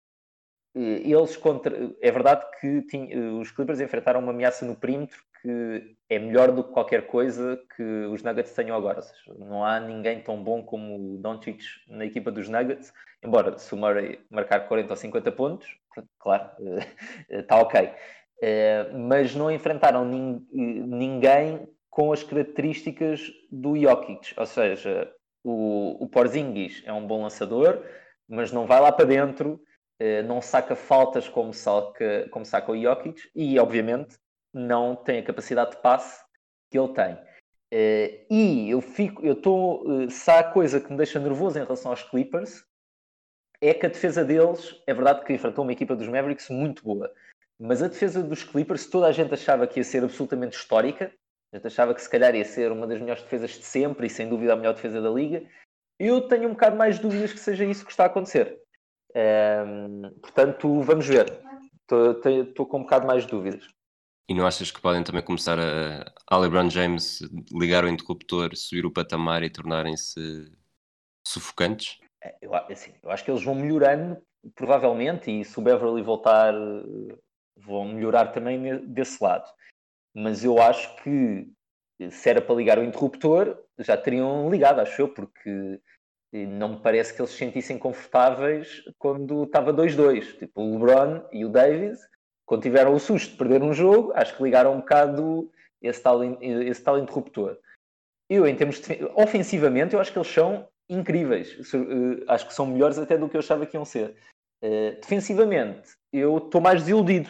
uh, eles contra... É verdade que tinha, uh, os Clippers enfrentaram uma ameaça no perímetro que é melhor do que qualquer coisa que os Nuggets tenham agora. Ou seja, não há ninguém tão bom como o Doncic na equipa dos Nuggets, embora se o Murray marcar quarenta ou cinquenta pontos, claro, está ok. Mas não enfrentaram ninguém com as características do Jokic. Ou seja, o, o Porzingis é um bom lançador, mas não vai lá para dentro, não saca faltas como saca, como saca o Jokic e, obviamente, não tem a capacidade de passe que ele tem. E eu fico, eu estou, se há coisa que me deixa nervoso em relação aos Clippers, é que a defesa deles, é verdade que enfrentou uma equipa dos Mavericks muito boa, Mas a defesa dos Clippers, toda a gente achava que ia ser absolutamente histórica. A gente achava que se calhar ia ser uma das melhores defesas de sempre e sem dúvida a melhor defesa da liga. Eu tenho um bocado mais dúvidas que seja isso que está a acontecer. Um, portanto, vamos ver. Estou com um bocado mais de dúvidas. E não achas que podem também começar a, a LeBron James ligar o interruptor, subir o patamar e tornarem-se sufocantes? Eu, assim, eu acho que eles vão melhorando, provavelmente, e se o Beverly voltar, vão melhorar também desse lado. Mas eu acho que se era para ligar o interruptor, já teriam ligado, acho eu, porque não me parece que eles se sentissem confortáveis quando estava dois dois. Tipo, o LeBron e o Davis, quando tiveram o susto de perder um jogo, acho que ligaram um bocado esse tal, esse tal interruptor. Eu, em termos de ofensivamente, eu acho que eles são incríveis. Acho que são melhores até do que eu achava que iam ser. Defensivamente, eu estou mais desiludido.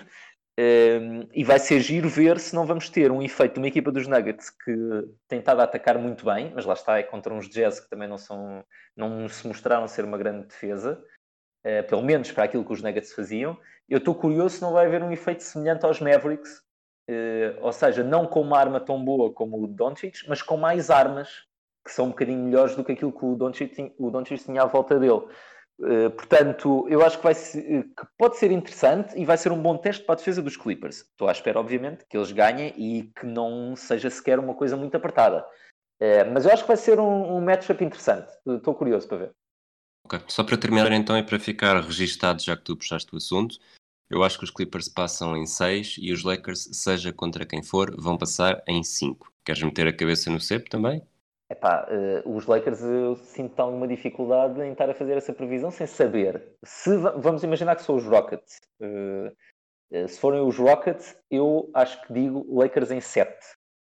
Um, e vai ser giro ver se não vamos ter um efeito de uma equipa dos Nuggets que tem estado a atacar muito bem, mas lá está, é contra uns Jazz que também não, são, não se mostraram ser uma grande defesa, uh, pelo menos para aquilo que os Nuggets faziam. Eu estou curioso se não vai haver um efeito semelhante aos Mavericks, uh, ou seja, não com uma arma tão boa como o Doncic, mas com mais armas que são um bocadinho melhores do que aquilo que o Doncic, o Doncic tinha à volta dele. Uh, portanto, eu acho que, vai ser, que pode ser interessante e vai ser um bom teste para a defesa dos Clippers. Estou à espera, obviamente, que eles ganhem e que não seja sequer uma coisa muito apertada. Uh, mas eu acho que vai ser um, um matchup interessante. Estou curioso para ver. Ok, só para terminar então e para ficar registado, já que tu puxaste o assunto, eu acho que os Clippers passam em seis e os Lakers, seja contra quem for, vão passar em cinco. Queres meter a cabeça no cepo também? Epá, uh, os Lakers eu sinto alguma dificuldade em estar a fazer essa previsão sem saber. Se vamos imaginar que são os Rockets. Uh, uh, se forem os Rockets, eu acho que digo Lakers em sete.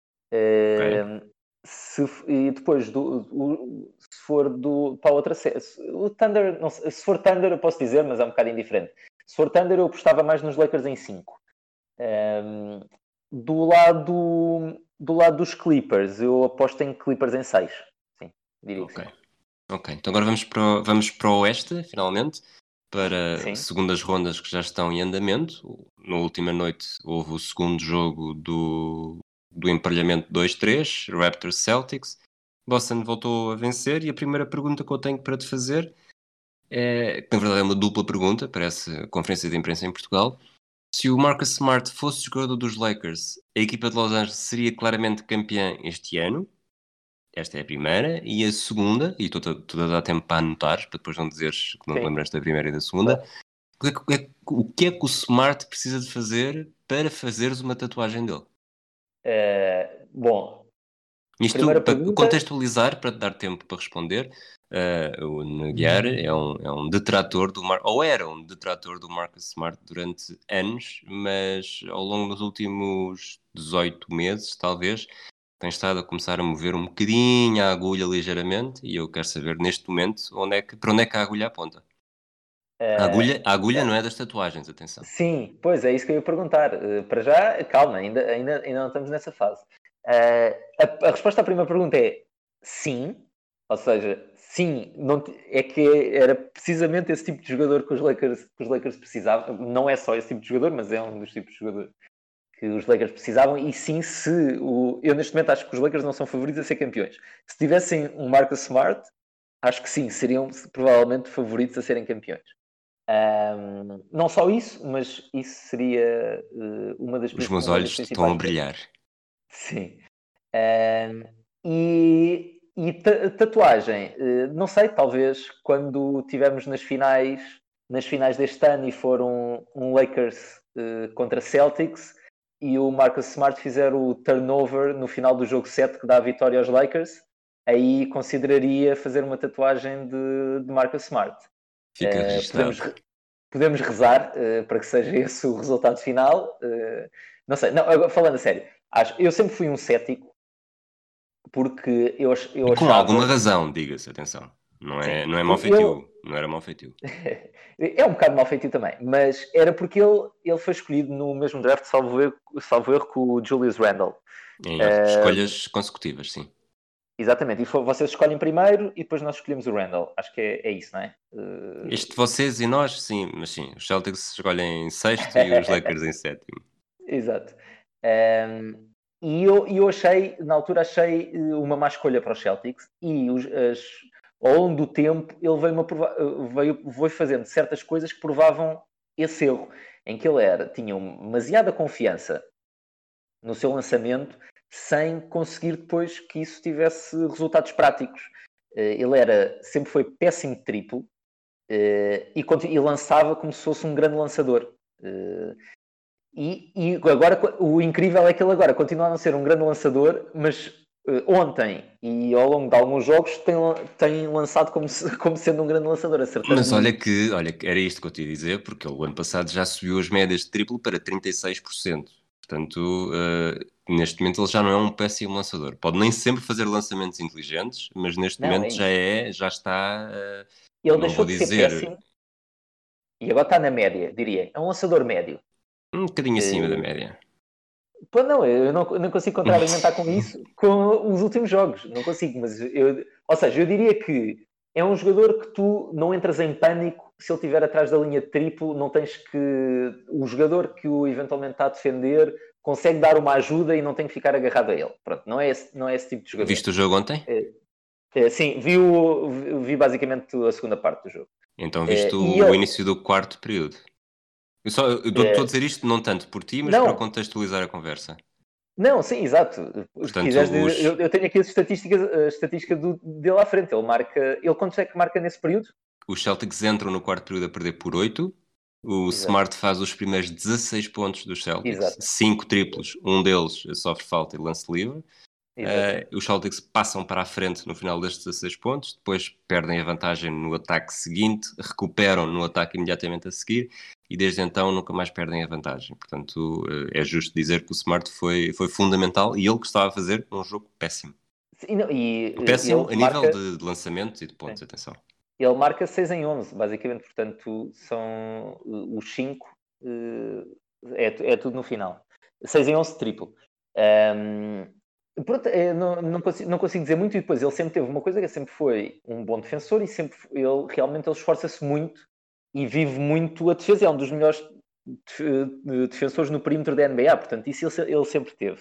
Uh, okay. se, e depois, do, do, se for do, para a outra série, o Thunder, não, se for Thunder eu posso dizer, mas é um bocado indiferente. Se for Thunder eu apostava mais nos Lakers em cinco. Um, do lado... Do lado dos Clippers, eu aposto em Clippers em seis. Sim, diria okay. que sim. Ok, então agora vamos para o, vamos para o Oeste, finalmente, para sim. segundas rondas que já estão em andamento. Na última noite houve o segundo jogo do, do emparelhamento dois três, Raptors Celtics. Boston voltou a vencer e a primeira pergunta que eu tenho para te fazer é, que na verdade é uma dupla pergunta, parece conferência de imprensa em Portugal. Se o Marcus Smart fosse jogador dos Lakers, a equipa de Los Angeles seria claramente campeã este ano? Esta é a primeira. E a segunda, e estou a dar tempo para anotar, para depois não dizeres que não te lembraste da primeira e da segunda. Claro. O que é que o Smart precisa de fazer para fazeres uma tatuagem dele? É, bom, isto para pergunta... contextualizar, para te dar tempo para responder, uh, o Nogueira hum. é, um, é um detrator do Mar... ou era um detrator do Marcus Smart durante anos, mas ao longo dos últimos dezoito meses, talvez, tem estado a começar a mover um bocadinho a agulha ligeiramente, e eu quero saber neste momento onde é que, para onde é que a agulha aponta. Uh, a agulha, a agulha uh, não é das tatuagens, atenção. Sim, pois é isso que eu ia perguntar. Uh, para já, calma, ainda, ainda, ainda não estamos nessa fase. Uh, a, a resposta à primeira pergunta é sim, ou seja, sim, não, é que era precisamente esse tipo de jogador que os, Lakers, que os Lakers precisavam. Não é só esse tipo de jogador, mas é um dos tipos de jogador que os Lakers precisavam. E sim, se o, eu neste momento acho que os Lakers não são favoritos a ser campeões. Se tivessem um Marcus Smart, acho que sim, seriam provavelmente favoritos a serem campeões. Um, não só isso, mas isso seria uh, uma das Os meus olhos estão a brilhar. Sim. Um, e, e tatuagem, uh, não sei, talvez quando estivermos nas finais, nas finais deste ano e for um, um Lakers uh, contra Celtics e o Marcus Smart fizer o turnover no final do jogo sete que dá a vitória aos Lakers, aí consideraria fazer uma tatuagem de, de Marcus Smart. Fica uh, podemos, podemos rezar uh, para que seja esse o resultado final. Uh, não sei, não, agora, falando a sério, acho, eu sempre fui um cético porque eu, eu e com achava... alguma razão, diga-se, atenção. Não é, não é mau feitio, eu... não era mau feitio. É um bocado mau feitio também, mas era porque ele, ele foi escolhido no mesmo draft, salvo erro, salvo erro com o Julius Randle. Em uh... escolhas consecutivas, sim. Exatamente, e for, vocês escolhem primeiro e depois nós escolhemos o Randall. Acho que é, é isso, não é? Uh... Este vocês e nós, sim, mas sim, os Celtics escolhem em sexto e os Lakers em sétimo. Exato. Um, e eu, eu achei, na altura achei uma má escolha para os Celtics e os, as, ao longo do tempo ele veio-me provar, veio, veio fazendo certas coisas que provavam esse erro, em que ele era, tinha demasiada confiança no seu lançamento sem conseguir depois que isso tivesse resultados práticos. Ele era, sempre foi péssimo de triplo e, e lançava como se fosse um grande lançador. E, e agora o incrível é que ele agora continua a não ser um grande lançador, mas uh, ontem e ao longo de alguns jogos tem, tem lançado como, se, como sendo um grande lançador, acertando. Mas olha que, olha que era isto que eu te ia dizer, porque ele o ano passado já subiu as médias de triplo para trinta e seis por cento. Portanto, uh, neste momento ele já não é um péssimo lançador. Pode nem sempre fazer lançamentos inteligentes, mas neste não, momento é já é, já está. Uh, ele deixou de dizer... ser péssimo e agora está na média, diria. É um lançador médio. Um bocadinho acima uh... da média. Pois não, eu não, não consigo contra-alimentar com isso com os últimos jogos. Não consigo, mas eu... Ou seja, eu diria que é um jogador que tu não entras em pânico se ele estiver atrás da linha de triplo, não tens que... O jogador que o eventualmente está a defender consegue dar uma ajuda e não tem que ficar agarrado a ele. Pronto, não é esse, não é esse tipo de jogador. Viste o jogo ontem? É, é, sim, vi, o, vi basicamente a segunda parte do jogo. Então viste é, o, o início do quarto período. Eu só eu estou é... a dizer isto não tanto por ti, mas não. Para contextualizar a conversa. Não, sim, exato. Portanto, quiseres, os... eu, eu tenho aqui as estatísticas, a estatística do, dele à frente. Ele marca. Ele quanto é que marca nesse período? Os Celtics entram no quarto período a perder por oito. O Exato. Smart faz os primeiros dezasseis pontos dos Celtics. cinco triplos. Um deles sofre falta e lance livre. Uh, os Celtics passam para a frente no final destes dezasseis pontos. Depois perdem a vantagem no ataque seguinte. Recuperam no ataque imediatamente a seguir. E desde então nunca mais perdem a vantagem. Portanto, é justo dizer que o Smart foi, foi fundamental e ele que estava a fazer um jogo péssimo. Sim, não, e, péssimo a marca... nível de, de lançamentos e de pontos, Sim. atenção. Ele marca seis em onze, basicamente. Portanto, são os cinco, é, é tudo no final. seis em onze triplo. Um, pronto, não, não, consigo, não consigo dizer muito. E depois ele sempre teve uma coisa que sempre foi um bom defensor e sempre ele realmente ele esforça-se muito e vive muito a defesa. É um dos melhores defensores no perímetro da N B A, portanto, isso ele, ele sempre teve.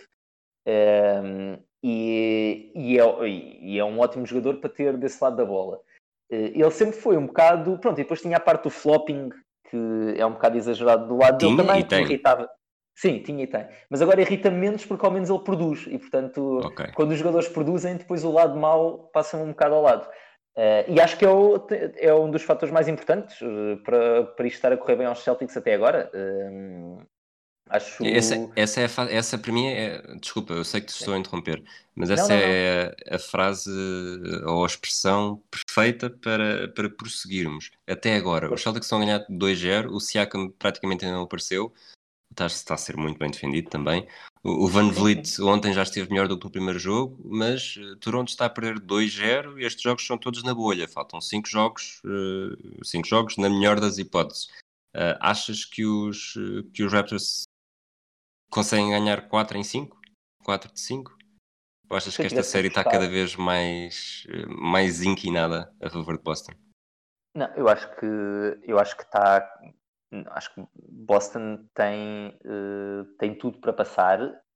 Um, e, e, é, e é um ótimo jogador para ter desse lado da bola. Ele sempre foi um bocado... Pronto, e depois tinha a parte do flopping, que é um bocado exagerado do lado tinha dele também, e tem. que irritava. Sim, tinha e tem. Mas agora irrita menos porque ao menos ele produz. E, portanto, okay. quando os jogadores produzem, depois o lado mau passa um bocado ao lado. Uh, e acho que é, o, é um dos fatores mais importantes uh, para, para isto estar a correr bem aos Celtics até agora. Uh, acho... Essa, essa, é a, essa para mim é... Desculpa, eu sei que te estou a interromper, mas essa não, não, é não. A, a frase ou a expressão perfeita para, para prosseguirmos. Até agora, Por... os Celtics estão a ganhar dois zero, o Siakam praticamente ainda não apareceu, está, está a ser muito bem defendido também. O Van Vliet ontem já esteve melhor do que no primeiro jogo, mas Toronto está a perder dois zero e estes jogos são todos na bolha. Faltam cinco jogos, cinco jogos na melhor das hipóteses. Uh, achas que os, que os Raptors conseguem ganhar quatro em cinco? quatro de cinco? Ou achas que esta série está cada vez mais, mais inclinada a favor de Boston? Não, eu acho que eu acho que está... Acho que Boston tem, uh, tem tudo para passar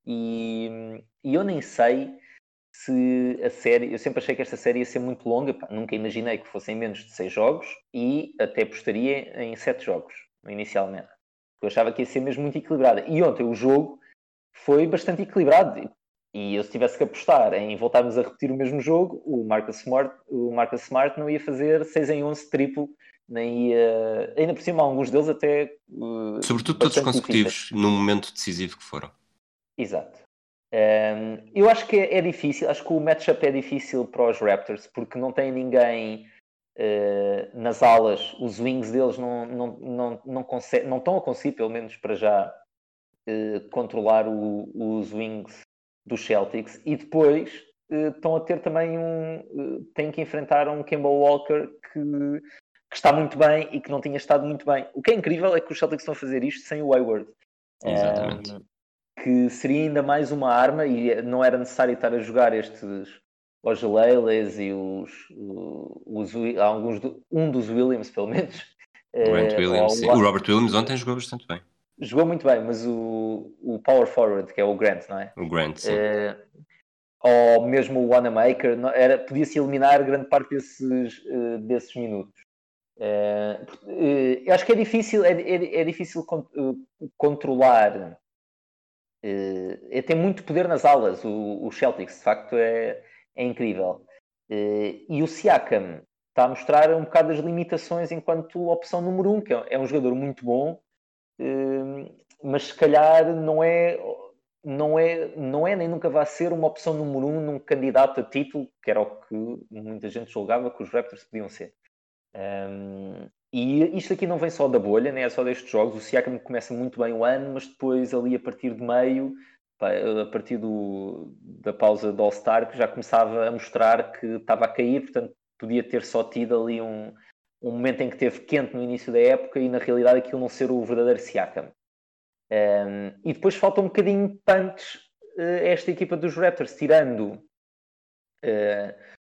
e, e eu nem sei se a série... Eu sempre achei que esta série ia ser muito longa, pá, nunca imaginei que fossem menos de seis jogos e até apostaria em sete jogos, inicialmente. Eu achava que ia ser mesmo muito equilibrada. E ontem o jogo foi bastante equilibrado e eu se tivesse que apostar em voltarmos a repetir o mesmo jogo, o Marcus Smart, o Marcus Smart não ia fazer seis em onze triplo. Nem ia... Ainda por cima, alguns deles até... Uh, Sobretudo todos consecutivos, difíceis. No momento decisivo que foram. Exato. Um, eu acho que é, é difícil, acho que o matchup é difícil para os Raptors, porque não tem ninguém uh, nas alas, os wings deles não, não, não, não, consegue, não estão a conseguir, pelo menos para já, uh, controlar o, os wings dos Celtics, e depois uh, estão a ter também um... Uh, têm que enfrentar um Kemba Walker que... que está muito bem e que não tinha estado muito bem. O que é incrível é que os Celtics estão a fazer isto sem o Hayward. Exatamente. Um, que seria ainda mais uma arma e não era necessário estar a jogar estes aos Leiles e os, os, os alguns do, um dos Williams, pelo menos. O Grant Uh, Williams, sim. ao, O Robert Williams ontem jogou bastante bem. Jogou muito bem, mas o, o Power Forward, que é o Grant, não é? O Grant, sim. Uh, ou mesmo o Wanamaker, era, podia-se eliminar grande parte desses, uh, desses minutos. Uh, uh, eu acho que é difícil, é, é, é difícil con- uh, controlar. Uh, é, tem muito poder nas alas, o, o Celtics, de facto, é, é incrível. Uh, e o Siakam está a mostrar um bocado as limitações enquanto opção número um, que é, é um jogador muito bom, uh, mas se calhar não é, não, é, não é nem nunca vai ser uma opção número um num candidato a título, que era o que muita gente julgava que os Raptors podiam ser. Um, e isto aqui não vem só da bolha, nem é só destes jogos. O Siakam começa muito bem o ano, mas depois ali a partir de meio, a partir do, da pausa do All-Star, que já começava a mostrar que estava a cair, portanto podia ter só tido ali um, um momento em que teve quente no início da época e na realidade aquilo não ser o verdadeiro Siakam. Um, e depois falta um bocadinho de punch uh, esta equipa dos Raptors, tirando uh,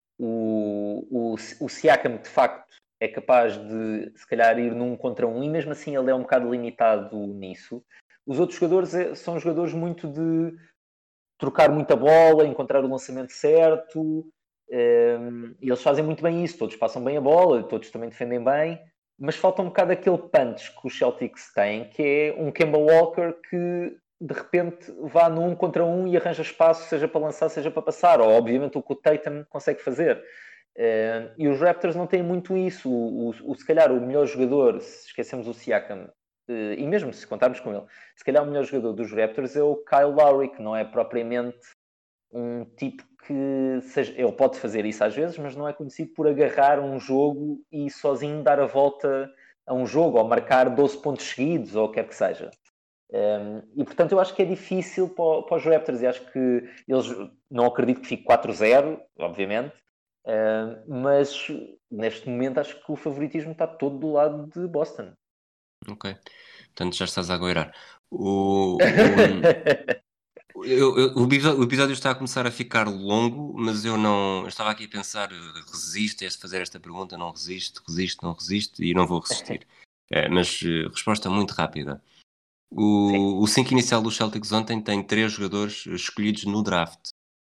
o, o, o Siakam, de facto é capaz de, se calhar, ir num contra um, e mesmo assim ele é um bocado limitado nisso. Os outros jogadores é, são jogadores muito de trocar muita bola, encontrar o lançamento certo, um, e eles fazem muito bem isso, todos passam bem a bola, todos também defendem bem, mas falta um bocado aquele punch que os Celtics têm, que é um Kemba Walker que de repente vá num contra um e arranja espaço, seja para lançar, seja para passar, ou obviamente o que o Tatum consegue fazer. Uh, e os Raptors não têm muito isso. O, o, o, se calhar o melhor jogador, se esquecemos o Siakam, uh, e mesmo se contarmos com ele, se calhar o melhor jogador dos Raptors é o Kyle Lowry, que não é propriamente um tipo que seja, ele pode fazer isso às vezes, mas não é conhecido por agarrar um jogo e sozinho dar a volta a um jogo, ou marcar doze pontos seguidos, ou o que quer que seja. Um, e portanto eu acho que é difícil para, para os Raptors, e acho que eles, não acredito que fique quatro zero, obviamente, uh, mas neste momento acho que o favoritismo está todo do lado de Boston. Ok, portanto já estás a agoirar. O, o, eu, eu, o, episódio, o episódio está a começar a ficar longo, mas eu não, eu estava aqui a pensar, resisto a fazer esta pergunta, não resisto, resisto, não resisto, e não vou resistir. É, mas resposta muito rápida. O, o cinco inicial dos Celtics ontem tem três jogadores escolhidos no draft.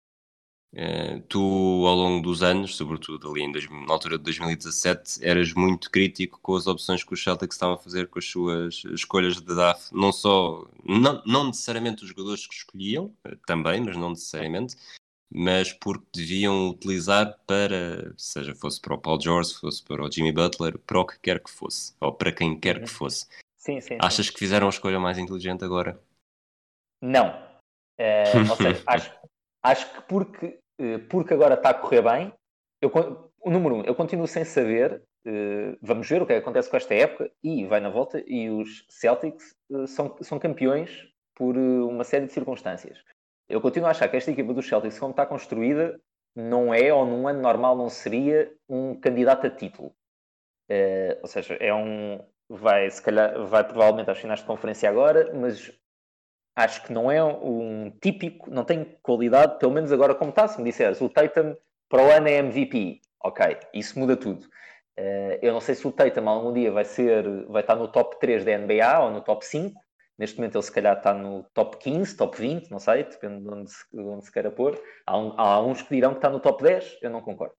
Uh, tu, ao longo dos anos, sobretudo ali em dois, na altura de dois mil e dezassete, eras muito crítico com as opções que os Celtics estavam a fazer com as suas escolhas de draft. Não só, não, não necessariamente os jogadores que escolhiam, uh, também, mas não necessariamente, mas porque deviam utilizar para, seja fosse para o Paul George, fosse para o Jimmy Butler, para o que quer que fosse, ou para quem quer Uhum. que fosse. Sim, sim, Achas sim. que fizeram a escolha mais inteligente agora? Não. Uh, ou seja, acho, acho que porque, uh, porque agora está a correr bem, eu, o número um, eu continuo sem saber, uh, vamos ver o que é que acontece com esta época, e vai na volta, e os Celtics uh, são, são campeões por uh, uma série de circunstâncias. Eu continuo a achar que esta equipa dos Celtics, como está construída, não é, ou num ano normal não seria, um candidato a título. Uh, ou seja, é um... Vai, se calhar, vai provavelmente às finais de conferência agora, mas acho que não é um típico, não tem qualidade, pelo menos agora como está. Se me disseres, o Tatum para o ano é M V P, ok, isso muda tudo. Uh, eu não sei se o Tatum algum dia vai ser, vai estar no top três da N B A ou no top cinco. Neste momento ele se calhar está no top quinze, top vinte, não sei, depende de onde se, de onde se queira pôr. Há, um, há uns que dirão que está no top dez, eu não concordo.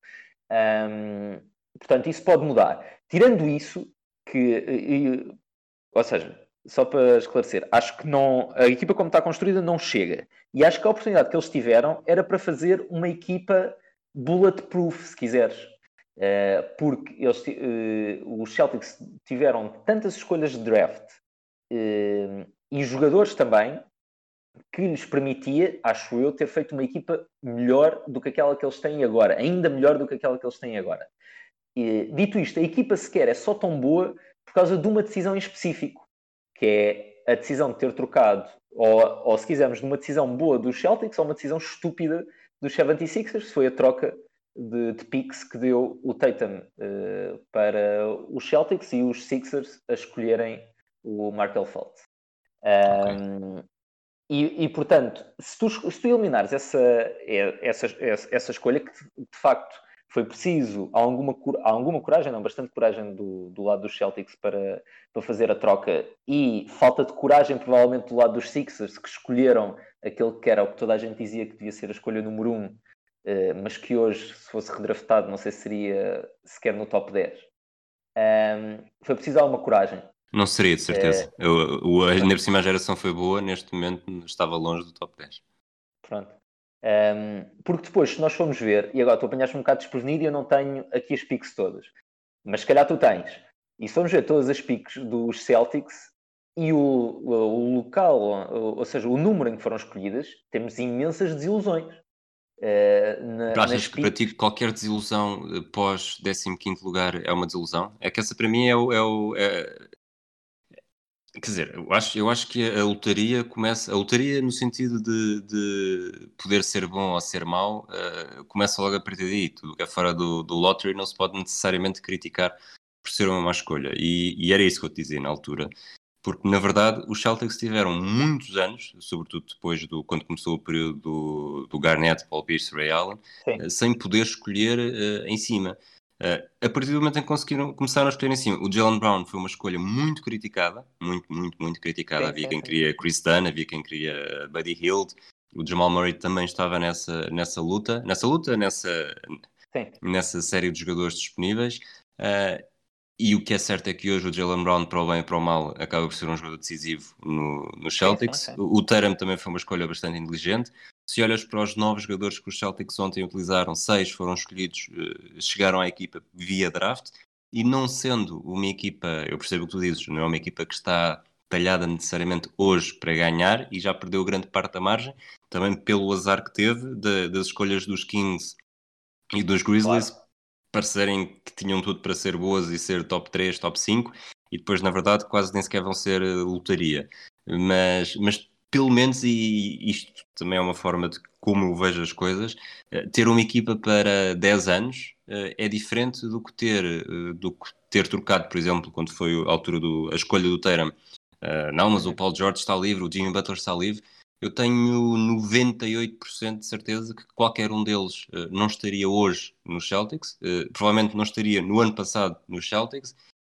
Um, portanto, isso pode mudar. Tirando isso, que, e, ou seja, só para esclarecer, acho que não, a equipa como está construída não chega. E acho que a oportunidade que eles tiveram era para fazer uma equipa bulletproof, se quiseres. Uh, porque eles, uh, os Celtics tiveram tantas escolhas de draft uh, e jogadores também que lhes permitia, acho eu, ter feito uma equipa melhor do que aquela que eles têm agora. Ainda melhor do que aquela que eles têm agora. E, dito isto, a equipa sequer é só tão boa por causa de uma decisão em específico, que é a decisão de ter trocado, ou, ou se quisermos, de uma decisão boa dos Celtics ou uma decisão estúpida dos setenta e seis ers, foi a troca de, de picks que deu o Tatum uh, para os Celtics e os Sixers a escolherem o Markel Fultz. Um, Okay. E, e, portanto, se tu, se tu eliminares essa, essa, essa, essa escolha, que de facto foi preciso alguma, alguma coragem, não, bastante coragem do, do lado dos Celtics para, para fazer a troca, e falta de coragem provavelmente do lado dos Sixers, que escolheram aquele que era o que toda a gente dizia que devia ser a escolha número um, mas que hoje, se fosse redraftado, não sei se seria sequer no top dez. Um, foi preciso alguma coragem. Não seria, de certeza. É... Eu, eu, ainda por cima a geração foi boa, neste momento estava longe do top dez. Pronto. Um, porque depois, se nós formos ver, e agora tu apanhaste um bocado desprevenido e eu não tenho aqui as picks todas, mas se calhar tu tens. E se formos ver todas as picks dos Celtics e o, o, o local, ou, ou seja, o número em que foram escolhidas, temos imensas desilusões. Uh, na, tu achas que picks... para ti qualquer desilusão pós décimo quinto lugar é uma desilusão? É que essa para mim é o... É o é... Quer dizer, eu acho, eu acho que a lotaria começa... A lotaria no sentido de, de poder ser bom ou ser mau, uh, começa logo a partir daí. Tudo que é fora do, do lottery não se pode necessariamente criticar por ser uma má escolha. E, e era isso que eu te dizia na altura. Porque, na verdade, os Celtics tiveram muitos anos, sobretudo depois do quando começou o período do, do Garnett, Paul Pierce, Ray Allen, uh, sem poder escolher uh, em cima. Uh, a partir do momento em que conseguiram, começaram a escolher em cima, o Jaylen Brown foi uma escolha muito criticada, muito, muito, muito criticada. Sim, havia sim, quem sim. queria Chris Dunn, havia quem queria Buddy Hield, o Jamal Murray também estava nessa, nessa luta, nessa luta, nessa, nessa série de jogadores disponíveis. Uh, E o que é certo é que hoje o Jaylen Brown, para o bem e para o mal, acaba por ser um jogador decisivo no, no Celtics. Sim, sim, sim. O Tatum também foi uma escolha bastante inteligente. Se olhas para os nove jogadores que os Celtics ontem utilizaram, seis foram escolhidos, chegaram à equipa via draft. E não sendo uma equipa, eu percebo o que tu dizes, não é uma equipa que está talhada necessariamente hoje para ganhar e já perdeu grande parte da margem, também pelo azar que teve de, das escolhas dos Kings e dos Grizzlies. Claro. Parecerem que tinham tudo para ser boas e ser top três, top cinco, e depois, na verdade, quase nem sequer vão ser uh, lotaria. Mas, mas, pelo menos, e isto também é uma forma de como eu vejo as coisas, uh, ter uma equipa para dez anos uh, é diferente do que ter, uh, do que ter trocado, por exemplo, quando foi a altura do, a escolha do Tatum. Uh, não, mas uhum. o Paul George está livre, o Jimmy Butler está livre. Eu tenho noventa e oito por cento de certeza que qualquer um deles uh, não estaria hoje nos Celtics, uh, provavelmente não estaria no ano passado nos Celtics,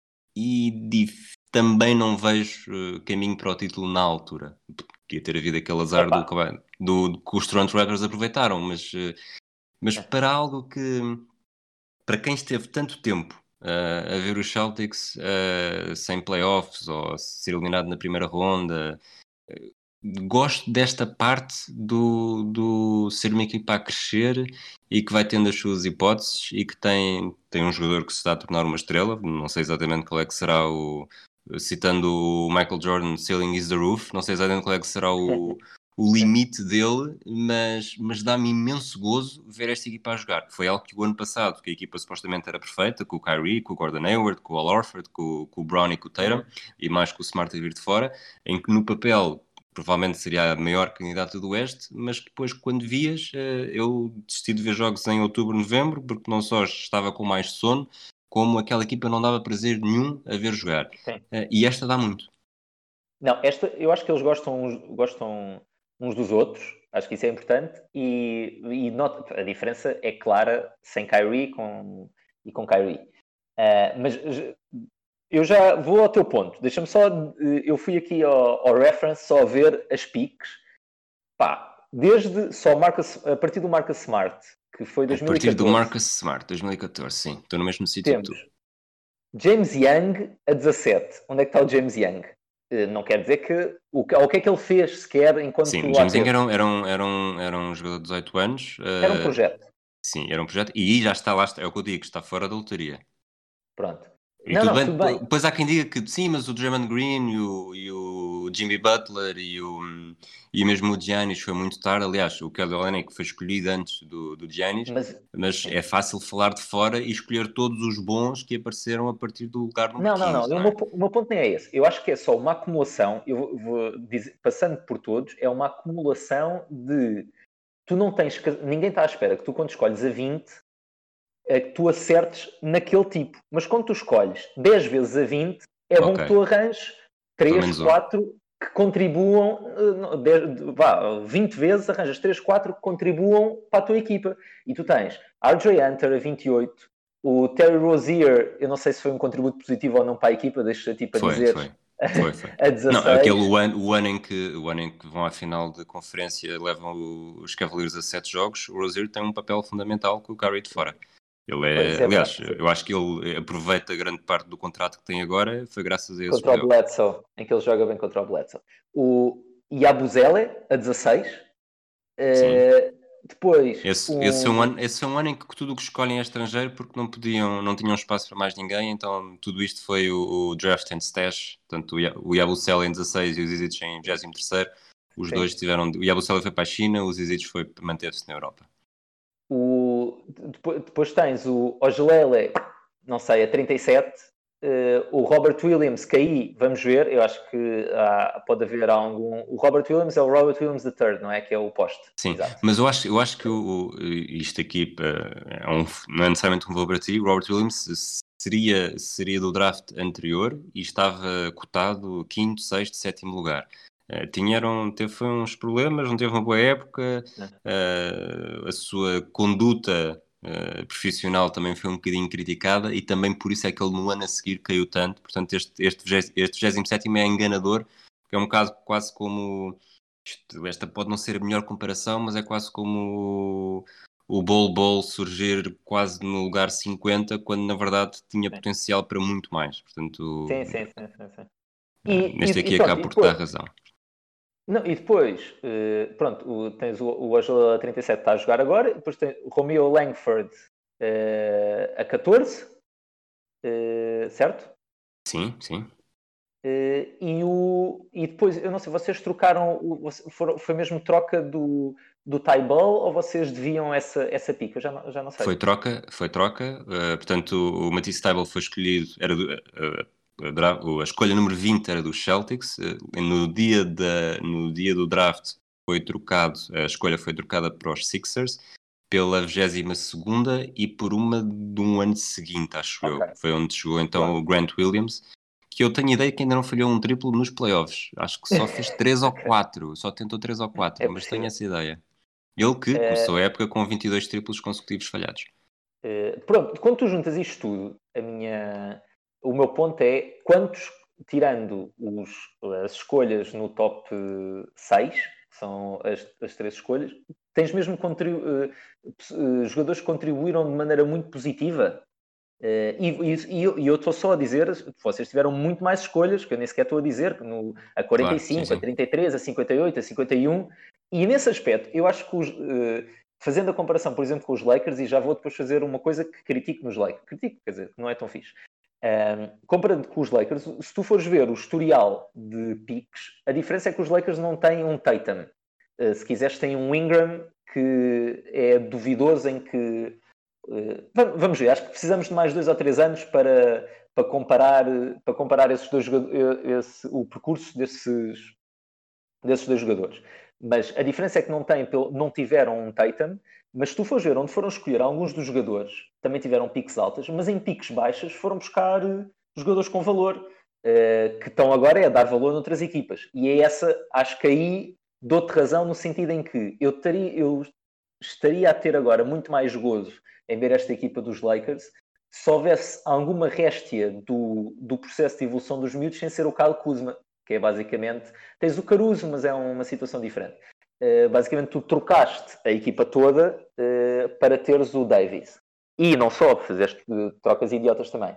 e dif- também não vejo uh, caminho para o título na altura. Podia ter havido aquele azar do, do, do que os Toronto Raptors aproveitaram, mas, uh, mas para algo que, para quem esteve tanto tempo uh, a ver os Celtics uh, sem playoffs ou ser eliminado na primeira ronda, uh, gosto desta parte do, do ser uma equipa a crescer e que vai tendo as suas hipóteses e que tem, tem um jogador que se está a tornar uma estrela. Não sei exatamente qual é que será o... Citando o Michael Jordan, Ceiling is the Roof. Não sei exatamente qual é que será o, o limite dele, mas, mas dá-me imenso gozo ver esta equipa a jogar. Foi algo que o ano passado, que a equipa supostamente era perfeita, com o Kyrie, com o Gordon Hayward, com o Al Horford, com, com o Brown e com o Tatum, uhum. e mais com o Smart a vir de fora, em que no papel provavelmente seria a maior candidata do Oeste, mas depois quando vias, eu desisti de ver jogos em outubro, novembro, porque não só estava com mais sono, como aquela equipa não dava prazer nenhum a ver jogar. Sim. E esta dá muito. Não, esta, eu acho que eles gostam, gostam uns dos outros, acho que isso é importante, e, e nota, a diferença é clara sem Kyrie com, e com Kyrie. Uh, mas eu já vou ao teu ponto. Deixa-me só... Eu fui aqui ao, ao reference só a ver as picks. Pá, desde só Marcus, a partir do Marcus Smart, que foi dois mil e catorze. A partir do Marcus Smart, dois mil e catorze, sim. Estou no mesmo sítio que tu. James Young a dezassete. Onde é que está o James Young? Não quer dizer que... O que, o que é que ele fez sequer enquanto... Sim, o James Young era um, era, um, era, um, era um jogador de dezoito anos. Era um projeto. Uh, sim, era um projeto. E já está lá, é o que eu digo, está fora da lotaria. Pronto. E não, tudo, não, bem, tudo bem. Depois há quem diga que sim, mas o Draymond Green e o, e o Jimmy Butler e, o, e mesmo o Giannis foi muito tarde. Aliás, o Kelly Olynyk foi escolhido antes do, do Giannis, mas, mas é fácil falar de fora e escolher todos os bons que apareceram a partir do lugar número não, quinze. Não, não, não. O, meu, o meu ponto nem é esse. Eu acho que é só uma acumulação, eu vou dizer, passando por todos, é uma acumulação de... Tu não tens... Ninguém está à espera que tu, quando escolhes a vinte... é que tu acertes naquele tipo. Mas quando tu escolhes dez vezes a vinte, é okay. Bom que tu arranjes três, quatro que contribuam, uh, vá, vinte vezes, arranjas três, quatro que contribuam para a tua equipa. E tu tens R J Hunter a vinte e oito, o Terry Rozier, eu não sei se foi um contributo positivo ou não para a equipa, deixa tipo a Foi, dizer, foi. Foi, foi. a dezasseis. Não, aquele o ano, o ano em que, o ano em que vão à final de conferência, levam o- os Cavaliers a sete jogos, o Rozier tem um papel fundamental com o Curry de fora. Ele é, Pois é, aliás, verdade, eu acho que ele aproveita grande parte do contrato que tem agora, foi graças a esses contra o playoffs. Bledsoe, em que ele joga bem contra o Bledsoe. O Yabusele, a dezasseis. Sim. Uh, depois, Esse, um... esse, é um ano, esse é um ano em que tudo o que escolhem é estrangeiro porque não podiam, não tinham espaço para mais ninguém, então tudo isto foi o, o draft and stash, portanto o, Ya- o Yabusele em dezasseis e o Zizic em vigésimo terceiro. Os Sim. dois tiveram, o Yabusele foi para a China, o Zizic foi manter-se na Europa. O, depois, depois tens o Ojelele, não sei, a trinta e sete, uh, o Robert Williams, que aí, vamos ver, eu acho que há, pode haver algum... O Robert Williams é o Robert Williams terceiro, não é? Que é o poste. Sim, Exato. mas eu acho, eu acho que o, o- isto aqui eh, é um, não é necessariamente um valor para ti. Robert Williams seria, seria do draft anterior e estava cotado quinto, sexto, sétimo lugar. Eh, tinham, teve uns problemas, não teve uma boa época, eh, a sua conduta eh, profissional também foi um bocadinho criticada e também por isso é que ele no ano a seguir caiu tanto. Portanto, este, este, vigésimo- este vigésimo sétimo é enganador, porque é um caso quase como... Isto- esta pode não ser a melhor comparação, mas é quase como o, o Bol Bol surgir quase no lugar cinquenta, quando na verdade tinha Sim. potencial para muito mais. Portanto, Sim, sim, sim, sim, sim. eh, E, neste e, aqui e pronto, acaba e por te depois, dar razão. não, e depois uh, pronto, o, tens o, o Ojelele a trinta e sete está a jogar agora, e depois tem o Romeo Langford uh, a catorze, uh, certo? Sim, sim. Uh, e, o, e depois, eu não sei, vocês trocaram, o, foram, foi mesmo troca do, do Tyball ou vocês deviam essa, essa pica? Eu já não, já não sei. Foi troca, foi troca. Uh, portanto, o, o Matisse Thybulle foi escolhido, era do, uh, a, dra- a escolha número vinte era dos Celtics. Uh, no, dia da, no dia do draft foi trocado, a escolha foi trocada para os Sixers pela vigésima segunda e por uma de um ano seguinte, acho Ok. eu. Foi onde chegou então Pronto. o Grant Williams, que eu tenho ideia que ainda não falhou um triplo nos playoffs. Acho que só fez três ou quatro, só tentou três ou quatro, É mas tenho possível. essa ideia. Ele que começou a época com vinte e dois triplos consecutivos falhados. Uh, pronto, quando tu juntas isto tudo, a minha, o meu ponto é quantos, tirando os, as escolhas no top seis, que são as, as três escolhas, tens mesmo contribu- uh, uh, jogadores que contribuíram de maneira muito positiva. Uh, e, e, e eu estou só a dizer, vocês tiveram muito mais escolhas, que eu nem sequer estou a dizer, que no, a quarenta e cinco, Claro, sim, sim. a trinta e três, a cinquenta e oito, a cinquenta e um, e nesse aspecto, eu acho que os, uh, fazendo a comparação, por exemplo, com os Lakers, e já vou depois fazer uma coisa que critico nos Lakers, critico, quer dizer, não é tão fixe. Um, comparando com os Lakers, se tu fores ver o historial de piques, a diferença é que os Lakers não têm um Tatum. Uh, se quiseres, têm um Ingram que é duvidoso em que Uh, vamos ver, acho que precisamos de mais dois ou três anos para, para, comparar, para comparar esses dois esse, o percurso desses, desses dois jogadores. Mas a diferença é que não, tem, não tiveram um Tatum, mas se tu fores ver onde foram escolher alguns dos jogadores, também tiveram piques altas, mas em piques baixas foram buscar jogadores com valor, uh, que estão agora a dar valor noutras equipas. E é essa, acho que aí dou-te razão no sentido em que eu, taria, eu estaria a ter agora muito mais gozo em ver esta equipa dos Lakers se houvesse alguma réstia do, do processo de evolução dos miúdos sem ser o Kyle Kuzma, que é basicamente... Tens o Caruso, mas é uma situação diferente. Uh, basicamente, tu trocaste a equipa toda uh, para teres o Davis. E não só, fizeste trocas idiotas também.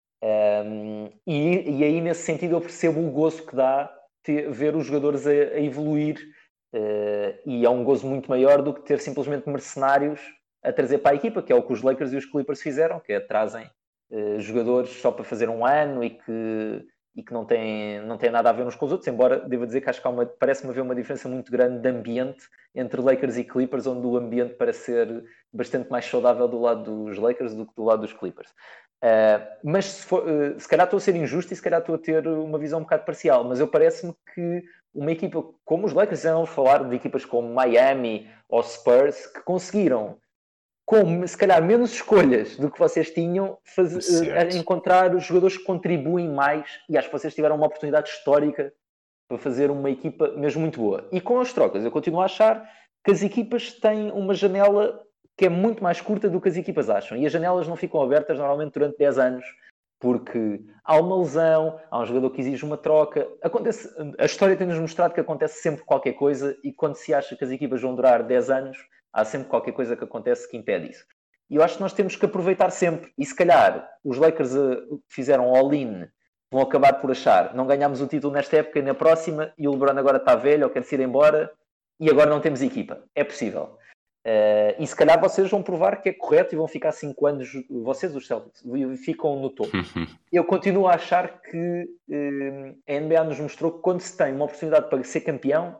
Um, e, e aí, nesse sentido, eu percebo o gozo que dá ter, ver os jogadores a, a evoluir. Uh, e é um gozo muito maior do que ter simplesmente mercenários a trazer para a equipa, que é o que os Lakers e os Clippers fizeram, que é trazem uh, jogadores só para fazer um ano e que, e que não, têm, não têm nada a ver uns com os outros, embora devo dizer que acho que há uma, parece-me haver uma diferença muito grande de ambiente entre Lakers e Clippers, onde o ambiente parece ser bastante mais saudável do lado dos Lakers do que do lado dos Clippers. Uh, mas se, for, uh, se calhar estou a ser injusto e se calhar estou a ter uma visão um bocado parcial, mas eu parece-me que uma equipa como os Lakers, vamos falar de equipas como Miami ou Spurs, que conseguiram, com se calhar menos escolhas do que vocês tinham, fazer, uh, encontrar jogadores que contribuem mais, e acho que vocês tiveram uma oportunidade histórica para fazer uma equipa mesmo muito boa. E com as trocas, eu continuo a achar que as equipas têm uma janela que é muito mais curta do que as equipas acham. E as janelas não ficam abertas normalmente durante dez anos, porque há uma lesão, há um jogador que exige uma troca. Acontece, a história tem-nos mostrado que acontece sempre qualquer coisa, e quando se acha que as equipas vão durar dez anos, há sempre qualquer coisa que acontece que impede isso. E eu acho que nós temos que aproveitar sempre. E se calhar os Lakers uh, fizeram all-in, vão acabar por achar, não ganhámos o título nesta época e na próxima, e o LeBron agora está velho ou quer-se ir embora, e agora não temos equipa. É possível. Uh, e se calhar vocês vão provar que é correto e vão ficar cinco anos, vocês os Celtics, ficam no topo. Eu continuo a achar que uh, a N B A nos mostrou que quando se tem uma oportunidade para ser campeão,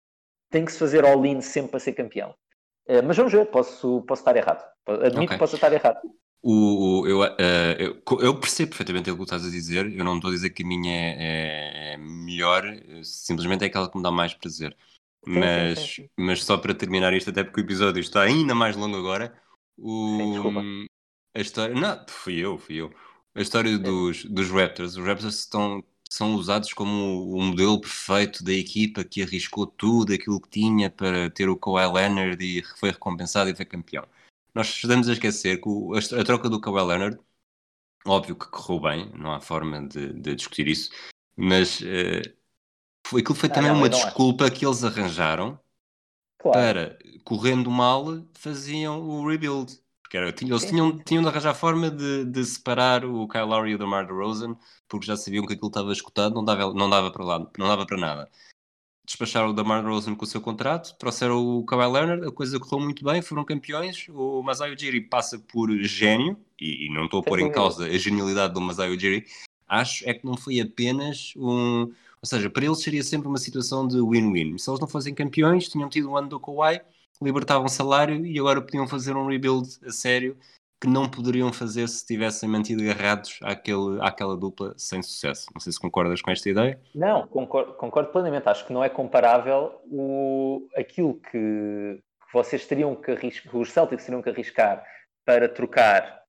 tem que se fazer all-in sempre para ser campeão. Uh, mas vamos ver, posso, posso estar errado. Admito okay. que possa estar errado. O, o, eu, uh, eu, eu percebo perfeitamente o que estás a dizer. Eu não estou a dizer que a minha é, é melhor, simplesmente é aquela que me dá mais prazer. Sim, mas, sim, sim, sim. mas só para terminar isto, até porque o episódio está ainda mais longo agora, o, sim, desculpa. A história, não, fui eu, fui eu. A história dos, dos Raptors. Os Raptors estão, são usados como o modelo perfeito da equipa que arriscou tudo aquilo que tinha para ter o Kawhi Leonard e foi recompensado e foi campeão. Nós estamos a esquecer que o, a, a troca do Kawhi Leonard, óbvio que correu bem, não há forma de, de discutir isso, mas uh, foi, aquilo foi ah, também não, uma desculpa acho. que eles arranjaram claro. Para, correndo mal, faziam o rebuild. Porque era, eles sim, tinham, sim. tinham de arranjar forma de, de separar o Kyle Lowry e o DeMar DeRozan, porque já sabiam que aquilo estava escutado, não dava, não dava para lá, não dava para nada. Despacharam o DeMar DeRozan com o seu contrato, trouxeram o Kawhi Leonard, a coisa correu muito bem, foram campeões. O Masai Ujiri passa por gênio, e, e não estou a pôr em causa a genialidade do Masai Ujiri, acho é que não foi apenas um... Ou seja, para eles seria sempre uma situação de win-win. Se eles não fossem campeões, tinham tido o ano do Kawhi, libertavam salário e agora podiam fazer um rebuild a sério que não poderiam fazer se tivessem mantido agarrados àquele, àquela dupla sem sucesso. Não sei se concordas com esta ideia. Não, concordo, concordo plenamente. Acho que não é comparável o, aquilo que, que vocês teriam que arriscar, os Celtics teriam que arriscar para trocar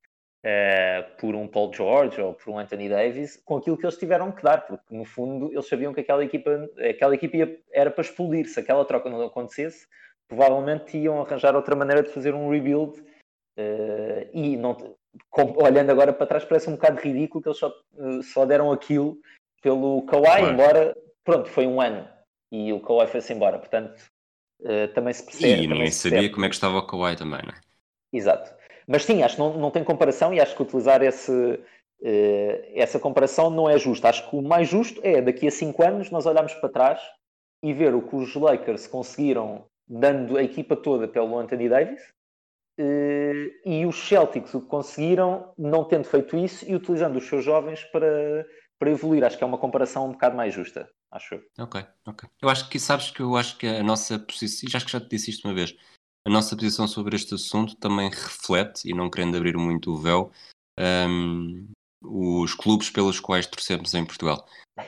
uh, por um Paul George ou por um Anthony Davis com aquilo que eles tiveram que dar, porque no fundo eles sabiam que aquela equipa, aquela equipa ia, era para explodir. Se aquela troca não acontecesse, provavelmente iam arranjar outra maneira de fazer um rebuild. Uh, e não, com, olhando agora para trás, parece um bocado ridículo que eles só, uh, só deram aquilo pelo Kawhi, claro. Embora, pronto, foi um ano e o Kawhi foi-se embora, portanto, uh, também se percebe. E ninguém sabia como é que estava o Kawhi também, não é? Exato. Mas sim, acho que não, não tem comparação e acho que utilizar esse, uh, essa comparação não é justo. Acho que o mais justo é, daqui a cinco anos, nós olharmos para trás e ver o que os Lakers conseguiram dando a equipa toda pelo Anthony Davis, Uh, e os Celtics o que conseguiram não tendo feito isso e utilizando os seus jovens para, para evoluir. Acho que é uma comparação um bocado mais justa, acho eu. Ok, ok. Eu acho que, sabes que eu acho que a nossa posição, já que já te disse isto uma vez, a nossa posição sobre este assunto também reflete, e não querendo abrir muito o véu, um, os clubes pelos quais torcemos em Portugal.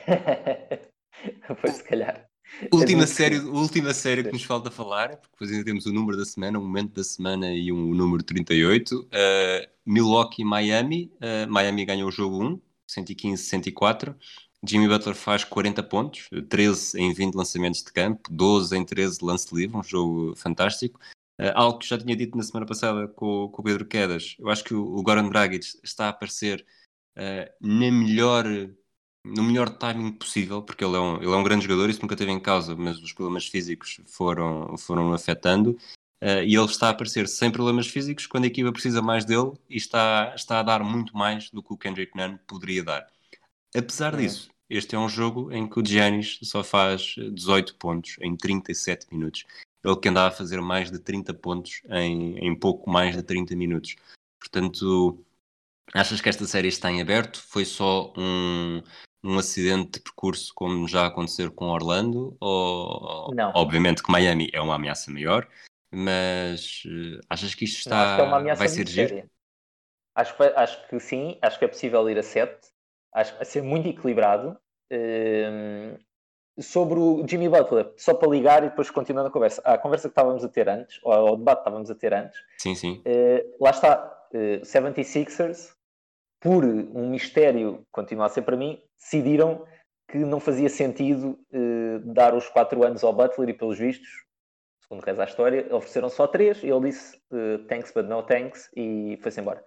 Pois, se calhar. Última série, última série que nos falta falar, porque depois ainda temos o número da semana, o momento da semana e um número trinta e oito. Uh, Milwaukee e Miami. Uh, Miami ganhou o jogo um, cento e quinze a cento e quatro. Jimmy Butler faz quarenta pontos, treze em vinte lançamentos de campo, doze em treze lance livre, um jogo fantástico. Uh, algo que já tinha dito na semana passada com, com o Pedro Quedas. Eu acho que o, o Goran Dragic está a aparecer uh, na melhor... no melhor timing possível, porque ele é um, ele é um grande jogador, isso nunca teve em causa, mas os problemas físicos foram, foram afetando, uh, e ele está a aparecer sem problemas físicos quando a equipa precisa mais dele e está, está a dar muito mais do que o Kendrick Nunn poderia dar. Apesar uhum. disso, este é um jogo em que o Giannis só faz dezoito pontos em trinta e sete minutos. Ele que andava a fazer mais de trinta pontos em, em pouco mais de trinta minutos. Portanto, achas que esta série está em aberto? Foi só um... um acidente de percurso como já acontecer com Orlando? Ou, não. Obviamente que Miami é uma ameaça maior, mas uh, achas que isto está, não, acho que é uma ameaça vai ser giro? Acho, acho que sim, acho que é possível ir a sete, acho que vai ser muito equilibrado. Um, sobre o Jimmy Butler, só para ligar e depois continuando a conversa, a conversa que estávamos a ter antes, ou o debate que estávamos a ter antes, sim, sim. Uh, lá está, uh, setenta e seis ers, por um mistério, continua a ser para mim, decidiram que não fazia sentido uh, dar os quatro anos ao Butler e, pelos vistos, segundo reza a história, ofereceram só três e ele disse uh, thanks but no thanks e foi-se embora.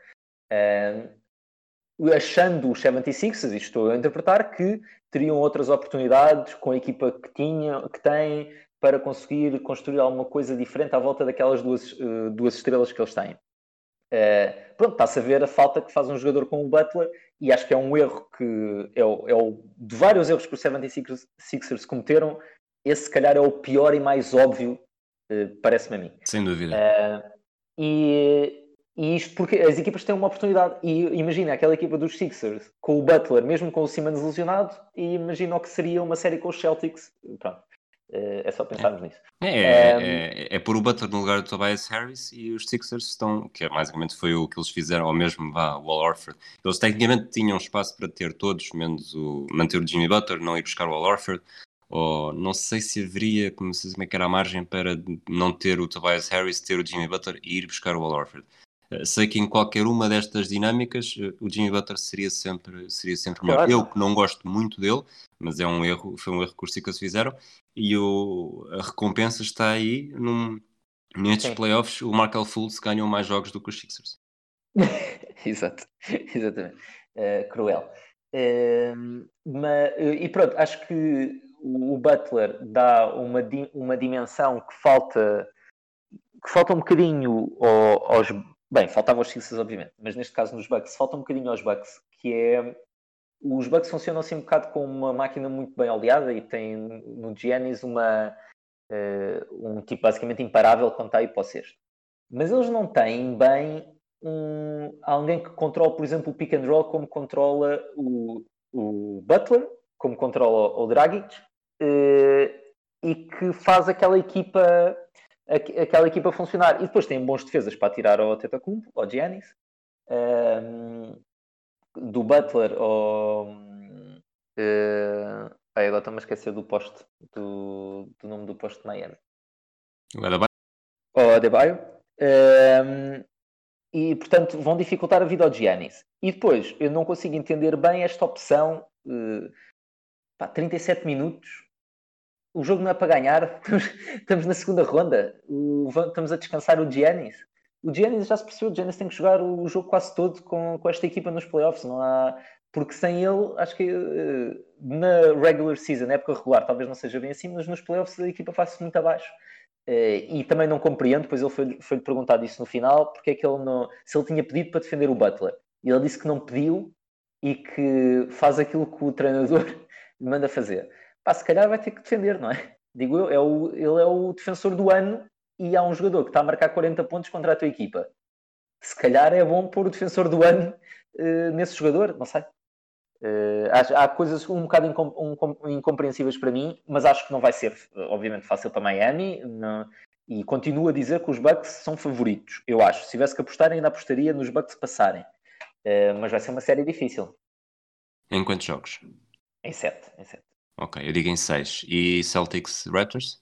Uh, achando os setenta e seis ers, isto estou a interpretar, que teriam outras oportunidades com a equipa que, tinha, que têm para conseguir construir alguma coisa diferente à volta daquelas duas, uh, duas estrelas que eles têm. Uh, pronto, está-se a ver a falta que faz um jogador com o Butler e acho que é um erro que é o, é o de vários erros que os setenta e seis ers cometeram, esse se calhar é o pior e mais óbvio, uh, parece-me a mim. Sem dúvida. Uh, e, e isto porque as equipas têm uma oportunidade e imagina aquela equipa dos Sixers com o Butler, mesmo com o Simmons lesionado, e imagina o que seria uma série com os Celtics. Pronto. É só pensarmos é. nisso. É, é, um... é, é pôr o Butler no lugar do Tobias Harris e os Sixers estão, que basicamente foi o que eles fizeram, ao mesmo vá, o Al Horford. Eles tecnicamente tinham espaço para ter todos, menos o manter o Jimmy Butler, não ir buscar o Al Horford, ou não sei se haveria, como, se, como é que era a margem para não ter o Tobias Harris, ter o Jimmy Butler e ir buscar o Al Horford. Sei que em qualquer uma destas dinâmicas o Jimmy Butler seria sempre, seria sempre melhor. Claro. Eu que não gosto muito dele, mas é um erro, foi um erro que os Sixers fizeram e o, a recompensa está aí num, nestes Sim. playoffs. O Markelle Fultz ganhou mais jogos do que os Sixers. Exato, exatamente. Uh, cruel. Uh, mas, uh, e pronto, acho que o Butler dá uma, di- uma dimensão que falta, que falta um bocadinho aos. Bem, faltava aos Sixers, obviamente, mas neste caso nos Bucks, falta um bocadinho aos Bucks, que é. Os Bucks funcionam assim um bocado com uma máquina muito bem oleada e tem no Giannis uma, uh, um tipo basicamente imparável quando está aí para o sexto. Mas eles não têm bem um, alguém que controla, por exemplo, o pick and roll como controla o, o Butler, como controla o Dragic, uh, e que faz aquela equipa, aquela equipa funcionar. E depois tem bons defesas para tirar ao Antetokounmpo, ao Giannis. Um, do Butler ao uh, ai, agora estou-me a esquecer do poste do, do nome do poste de Miami, o Adebayo, o Adebayo. Um, e portanto vão dificultar a vida ao Giannis e depois eu não consigo entender bem esta opção. uh, pá, trinta e sete minutos, o jogo não é para ganhar. Estamos na segunda ronda, o, estamos a descansar o Giannis. O Giannis já se percebeu, o Giannis tem que jogar o jogo quase todo com, com esta equipa nos playoffs. Não há... Porque sem ele, acho que uh, na regular season, na época regular, talvez não seja bem assim, mas nos playoffs a equipa faz-se muito abaixo. Uh, e também não compreendo, pois ele foi-lhe foi perguntado isso no final, porque é que ele não... Se ele tinha pedido para defender o Butler. E ele disse que não pediu e que faz aquilo que o treinador lhe manda fazer. Pá, se calhar vai ter que defender, não é? Digo eu, é o, ele é o defensor do ano e há um jogador que está a marcar quarenta pontos contra a tua equipa. Se calhar é bom pôr o defensor do ano uh, nesse jogador, não sei. Uh, há, há coisas um bocado incom, um, incompreensíveis para mim, mas acho que não vai ser, obviamente, fácil para Miami. Não, e continuo a dizer que os Bucks são favoritos. Eu acho. Se tivesse que apostar, ainda apostaria nos Bucks passarem. Uh, mas vai ser uma série difícil. Em quantos jogos? Em sete. Em sete. Ok, eu digo em seis. E Celtics Raptors?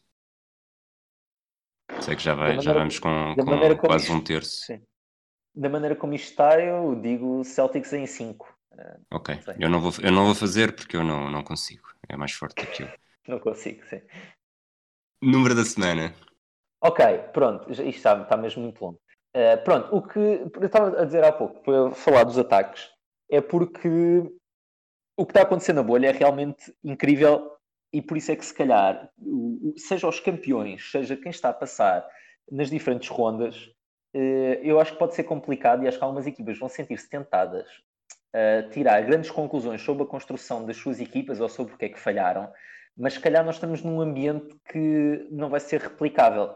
Sei que já, vai, maneira, já vamos com, com quase isto, um terço. Sim. Da maneira como isto está, eu digo Celtics em cinco. Ok, não eu, não vou, eu não vou fazer porque eu não, não consigo. É mais forte do que eu. Não consigo, sim. Número da semana. Ok, pronto. Isto está, está mesmo muito longo. Uh, pronto, o que eu estava a dizer há pouco, para falar dos ataques, é porque o que está acontecendo na bolha é realmente incrível e por isso é que se calhar, seja os campeões, seja quem está a passar nas diferentes rondas, eu acho que pode ser complicado e acho que algumas equipas vão sentir-se tentadas a tirar grandes conclusões sobre a construção das suas equipas ou sobre o que é que falharam, mas se calhar nós estamos num ambiente que não vai ser replicável.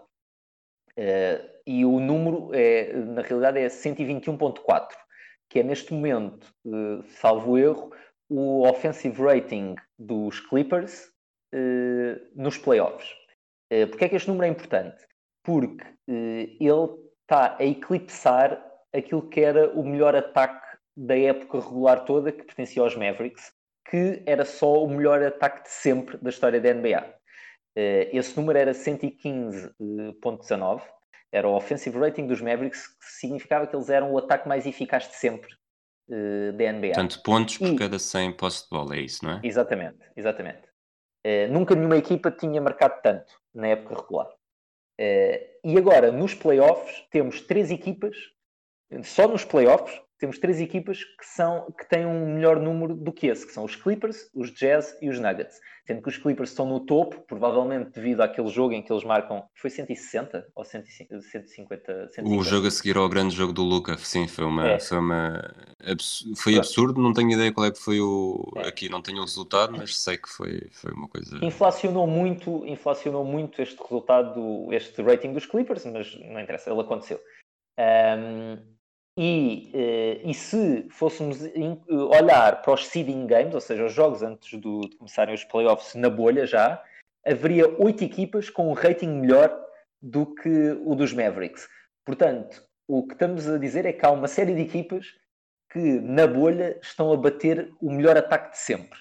E o número, é, na realidade, é cento e vinte e um ponto quatro, que é neste momento, salvo erro, o offensive rating dos Clippers uh, nos playoffs. Uh, Porquê é que este número é importante? Porque uh, ele está a eclipsar aquilo que era o melhor ataque da época regular toda, que pertencia aos Mavericks, que era só o melhor ataque de sempre da história da N B A. Uh, esse número era cento e quinze ponto dezanove, era o offensive rating dos Mavericks, que significava que eles eram o ataque mais eficaz de sempre uh, da N B A. Portanto, pontos por e, cada cem posses de bola, é isso, não é? Exatamente, exatamente. Uh, nunca nenhuma equipa tinha marcado tanto na época regular. Uh, e agora, nos playoffs, temos três equipas, só nos playoffs, temos três equipas que, são, que têm um melhor número do que esse, que são os Clippers, os Jazz e os Nuggets. Sendo que os Clippers estão no topo, provavelmente devido àquele jogo em que eles marcam... Foi cento e sessenta ou cento e cinquenta? cento e cinquenta? O jogo a seguir ao grande jogo do Luka, sim, foi uma... É. Foi, uma foi absurdo, não tenho ideia qual é que foi o... É. Aqui não tenho o resultado, mas sei que foi, foi uma coisa... Inflacionou muito, inflacionou muito este resultado, este rating dos Clippers, mas não interessa, ele aconteceu. Um, E, e se fôssemos olhar para os seeding games, ou seja, os jogos antes do, de começarem os playoffs na bolha já, haveria oito equipas com um rating melhor do que o dos Mavericks. Portanto, o que estamos a dizer é que há uma série de equipas que na bolha estão a bater o melhor ataque de sempre.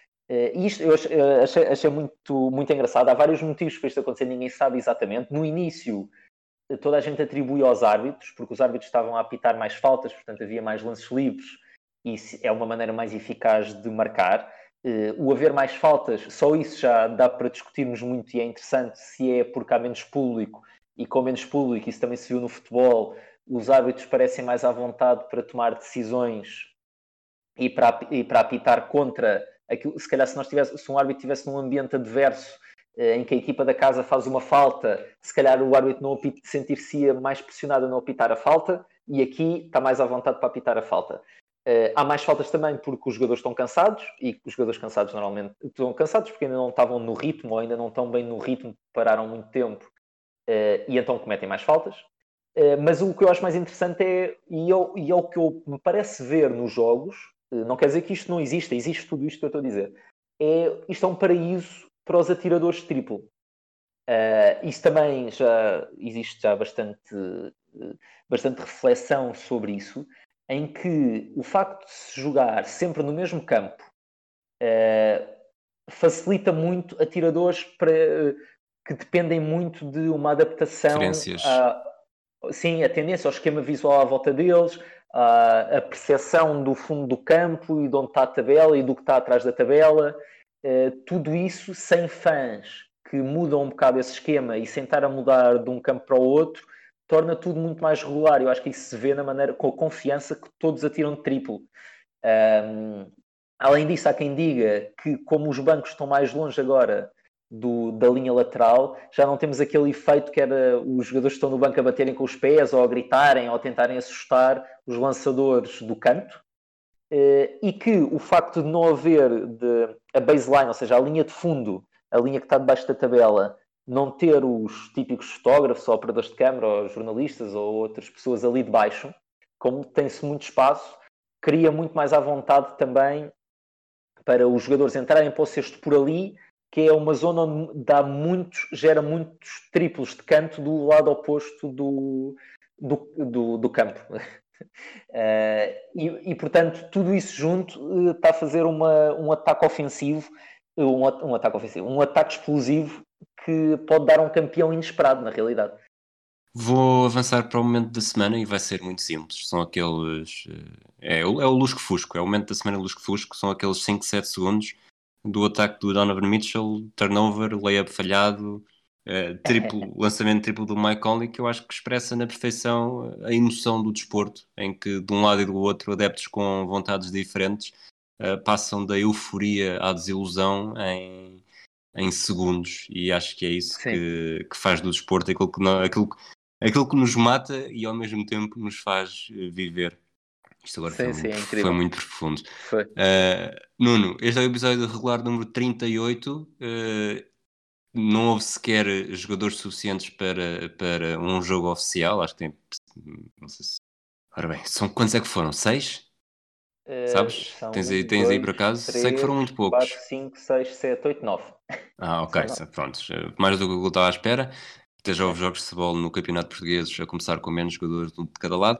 E isto eu achei, achei muito, muito engraçado. Há vários motivos para isto acontecer, ninguém sabe exatamente. No início, toda a gente atribui aos árbitros, porque os árbitros estavam a apitar mais faltas, portanto havia mais lances livres e é uma maneira mais eficaz de marcar. O haver mais faltas, só isso já dá para discutirmos muito e é interessante se é porque há menos público, e com menos público, isso também se viu no futebol, os árbitros parecem mais à vontade para tomar decisões e para, e para apitar contra aquilo. Se calhar se, nós tivesse, se um árbitro estivesse num ambiente adverso em que a equipa da casa faz uma falta, se calhar o árbitro não sentir-se mais pressionado a não apitar a falta, e aqui está mais à vontade para apitar a falta. Uh, há mais faltas também porque os jogadores estão cansados, e os jogadores cansados normalmente estão cansados porque ainda não estavam no ritmo, ou ainda não estão bem no ritmo, pararam muito tempo, uh, e então cometem mais faltas. Uh, mas o que eu acho mais interessante é, e, eu, e é o que eu, me parece ver nos jogos, uh, não quer dizer que isto não exista, existe tudo isto que eu estou a dizer, é, isto é um paraíso para os atiradores de triplo. Uh, isso também já existe já bastante, bastante reflexão sobre isso, em que o facto de se jogar sempre no mesmo campo uh, facilita muito atiradores para, uh, que dependem muito de uma adaptação a, sim, a tendência ao esquema visual à volta deles, a, a percepção do fundo do campo e de onde está a tabela e do que está atrás da tabela. Uh, tudo isso sem fãs que mudam um bocado esse esquema e sem estar a mudar de um campo para o outro, torna tudo muito mais regular. Eu acho que isso se vê na maneira, com a confiança que todos atiram de triplo. Um, além disso, há quem diga que como os bancos estão mais longe agora do, da linha lateral, já não temos aquele efeito que era os jogadores que estão no banco a baterem com os pés ou a gritarem ou a tentarem assustar os lançadores do canto. Uh, e que o facto de não haver de, a baseline, ou seja, a linha de fundo, a linha que está debaixo da tabela, não ter os típicos fotógrafos ou operadores de câmara ou jornalistas ou outras pessoas ali de baixo, como tem-se muito espaço, cria muito mais à vontade também para os jogadores entrarem para o cesto por ali, que é uma zona onde dá muitos, gera muitos triplos de canto do lado oposto do, do, do, do campo. Uh, e, e, portanto, tudo isso junto uh, está a fazer uma, um ataque ofensivo, um, um ataque ofensivo, um ataque explosivo que pode dar um campeão inesperado, na realidade. Vou avançar para o momento da semana e vai ser muito simples. São aqueles... É, é o lusco-fusco, é o momento da semana lusco-fusco, são aqueles cinco, sete segundos do ataque do Donovan Mitchell, turnover, layup falhado, Uh, triplo, lançamento triplo do Mike Conley, que eu acho que expressa na perfeição a emoção do desporto, em que de um lado e do outro adeptos com vontades diferentes uh, passam da euforia à desilusão em, em segundos, e acho que é isso que, que faz do desporto aquilo que, não, aquilo, aquilo que nos mata e ao mesmo tempo nos faz viver. Isto agora sim, foi, sim, muito, é foi muito profundo. Foi. Uh, Nuno, este é o episódio regular número trinta e oito. Uh, Não houve sequer jogadores suficientes para, para um jogo oficial. Acho que tem... Não sei se... Ora bem, são, quantos é que foram? Seis? Uh, Sabes? Tens, aí, tens dois, aí por acaso? três, sei que foram muito poucos. quatro, cinco, seis, sete, oito, nove. Ah, ok. Pronto. Mais do que eu estava à espera. Até já houve jogos de futebol no Campeonato Português a começar com menos jogadores de cada lado.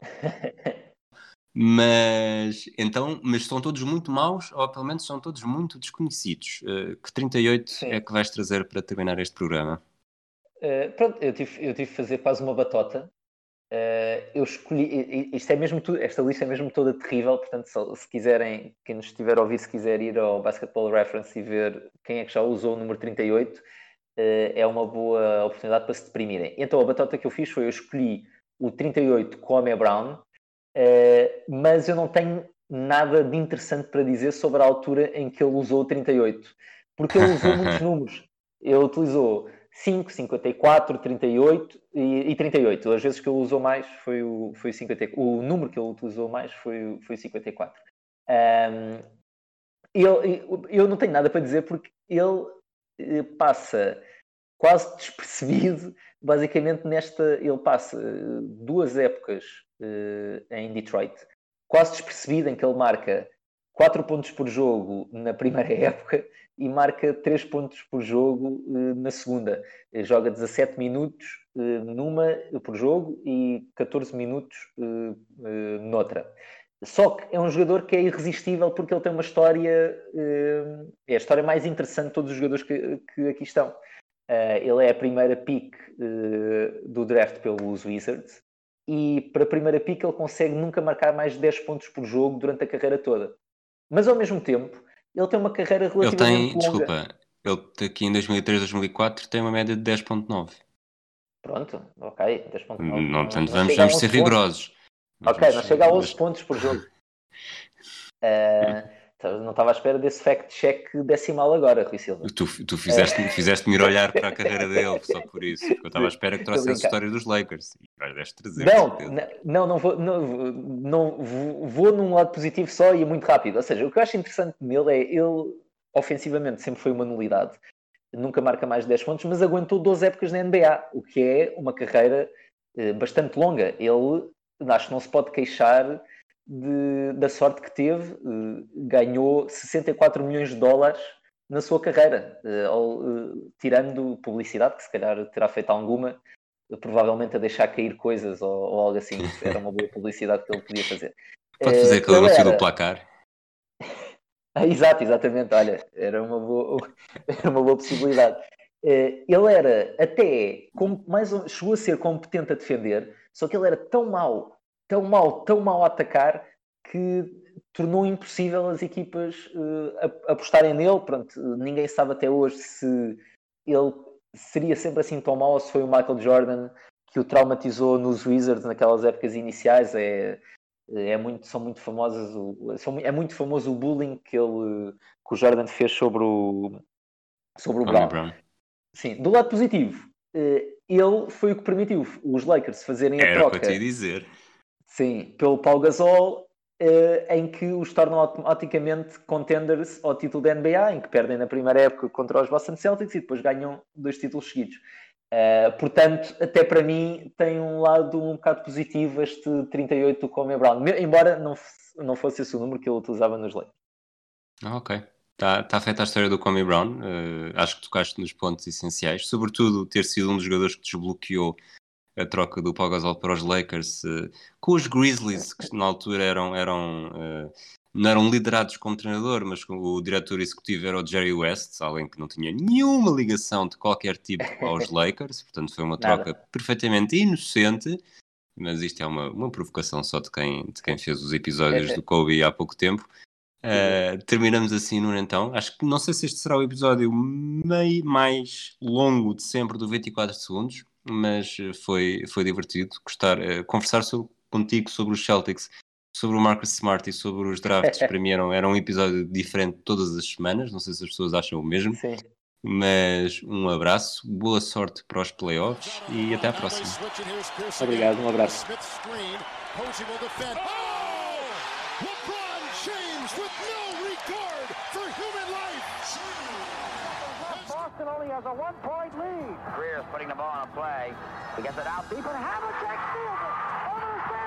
Mas, então, mas estão todos muito maus, ou pelo menos são todos muito desconhecidos. Uh, que trinta e oito Sim. é que vais trazer para terminar este programa? Uh, pronto, eu tive, eu tive de fazer quase uma batota Uh, eu escolhi, isto é mesmo tudo, esta lista é mesmo toda terrível, portanto, se, se quiserem, quem nos estiver a ouvir, se quiser ir ao Basketball Reference e ver quem é que já usou o número trinta e oito, uh, é uma boa oportunidade para se deprimirem. Então, a batota que eu fiz foi, eu escolhi o trinta e oito Kwame Brown, uh, mas eu não tenho nada de interessante para dizer sobre a altura em que ele usou o trinta e oito, porque ele usou muitos números. Ele utilizou cinco, cinquenta e quatro, trinta e oito e, e trinta e oito. As vezes que ele usou mais foi o, foi o cinquenta e quatro. O número que ele utilizou mais foi, foi o cinquenta e quatro. Um, ele, eu não tenho nada para dizer porque ele passa quase despercebido, basicamente nesta... Ele passa duas épocas uh, em Detroit, quase despercebido, em que ele marca quatro pontos por jogo na primeira época e marca três pontos por jogo uh, na segunda. Ele joga dezassete minutos uh, numa por jogo e catorze minutos uh, uh, noutra. Só que é um jogador que é irresistível porque ele tem uma história... Uh, é a história mais interessante de todos os jogadores que, que aqui estão. Uh, ele é a primeira pick uh, do draft pelos Wizards e para a primeira pick ele consegue nunca marcar mais de dez pontos por jogo durante a carreira toda. Mas ao mesmo tempo, ele tem uma carreira relativamente ele tem, longa. Desculpa, ele aqui em dois mil e três, dois mil e quatro tem uma média de dez vírgula nove. Pronto, ok, dez vírgula nove. Não, Não, portanto, não vamos, chega a vamos onze ser pontos. rigorosos. Ok, Vamos- não chega a onze mas- pontos por jogo. Uh, não estava à espera desse fact-check decimal agora, Rui Silva. Tu, tu fizeste-me fizeste ir olhar para a carreira dele, só por isso. Porque eu estava à espera que Estou a trouxesse a brincar. história dos Lakers. E vais deste trazer, Não, com certeza. n- não, não vou, não, vou- não vou, vou num lado positivo só e muito rápido. Ou seja, o que eu acho interessante nele é ele, ofensivamente, sempre foi uma nulidade. Nunca marca mais de dez pontos, mas aguentou doze épocas na N B A, o que é uma carreira eh, bastante longa. Ele, acho que não se pode queixar de- da sorte que teve. Eh, ganhou sessenta e quatro milhões de dólares na sua carreira, eh, ao, eh, tirando publicidade, que se calhar terá feito alguma, provavelmente a deixar cair coisas ou, ou algo assim. Era uma boa publicidade que ele podia fazer. Pode fazer Eh, aquele ele anúncio era- do placar. Ah, exato, exatamente. Olha, era uma boa, era uma boa possibilidade. Eh, Ele era até com- mais ou- chegou a ser competente a defender, só que ele era tão mau, tão mau, tão mau a atacar que tornou impossível as equipas eh, ap- apostarem nele. Pronto, ninguém sabe até hoje se ele seria sempre assim tão mau ou se foi o Michael Jordan que o traumatizou nos Wizards naquelas épocas iniciais. É, é muito, são muito famosas o, são, é muito famoso o bullying que, ele, que o Jordan fez sobre o, sobre o Kwame Brown. Brown. Sim, do lado positivo, eh, ele foi o que permitiu os Lakers fazerem a Era o que eu troca, te ia dizer. sim, pelo Paul Gasol, eh, em que os tornam automaticamente contenders ao título da N B A, em que perdem na primeira época contra os Boston Celtics e depois ganham dois títulos seguidos. Uh, portanto, até para mim tem um lado um bocado positivo este trinta e oito do Kwame Brown, Me- embora não, f- não fosse esse o número que ele utilizava nos Lakers. Ah, ok. Está tá feita a história do Kwame Brown. Uh, acho que tocaste nos pontos essenciais. Sobretudo ter sido um dos jogadores que desbloqueou a troca do Pau Gasol para os Lakers uh, com os Grizzlies, que na altura eram, eram, uh, não eram liderados como treinador, mas o diretor executivo era o Jerry West, alguém que não tinha nenhuma ligação de qualquer tipo aos Lakers. Portanto, foi uma Nada. troca perfeitamente inocente. Mas isto é uma, uma provocação só de quem, de quem fez os episódios do Kobe há pouco tempo. Uh, terminamos assim, Nuno, então. Acho que não sei se este será o episódio meio mais longo de sempre do vinte e quatro segundos, mas foi, foi divertido gostar, uh, conversar sobre, contigo sobre os Celtics, sobre o Marcus Smart e sobre os drafts. Para mim era, era um episódio diferente todas as semanas. Não sei se as pessoas acham o mesmo. Sim. Mas um abraço, boa sorte para os playoffs e até à próxima. Obrigado, um abraço. Boston only has a one-point lead. Greer's putting the ball on a play. He gets it out deep, and Havlicek steals it. Over the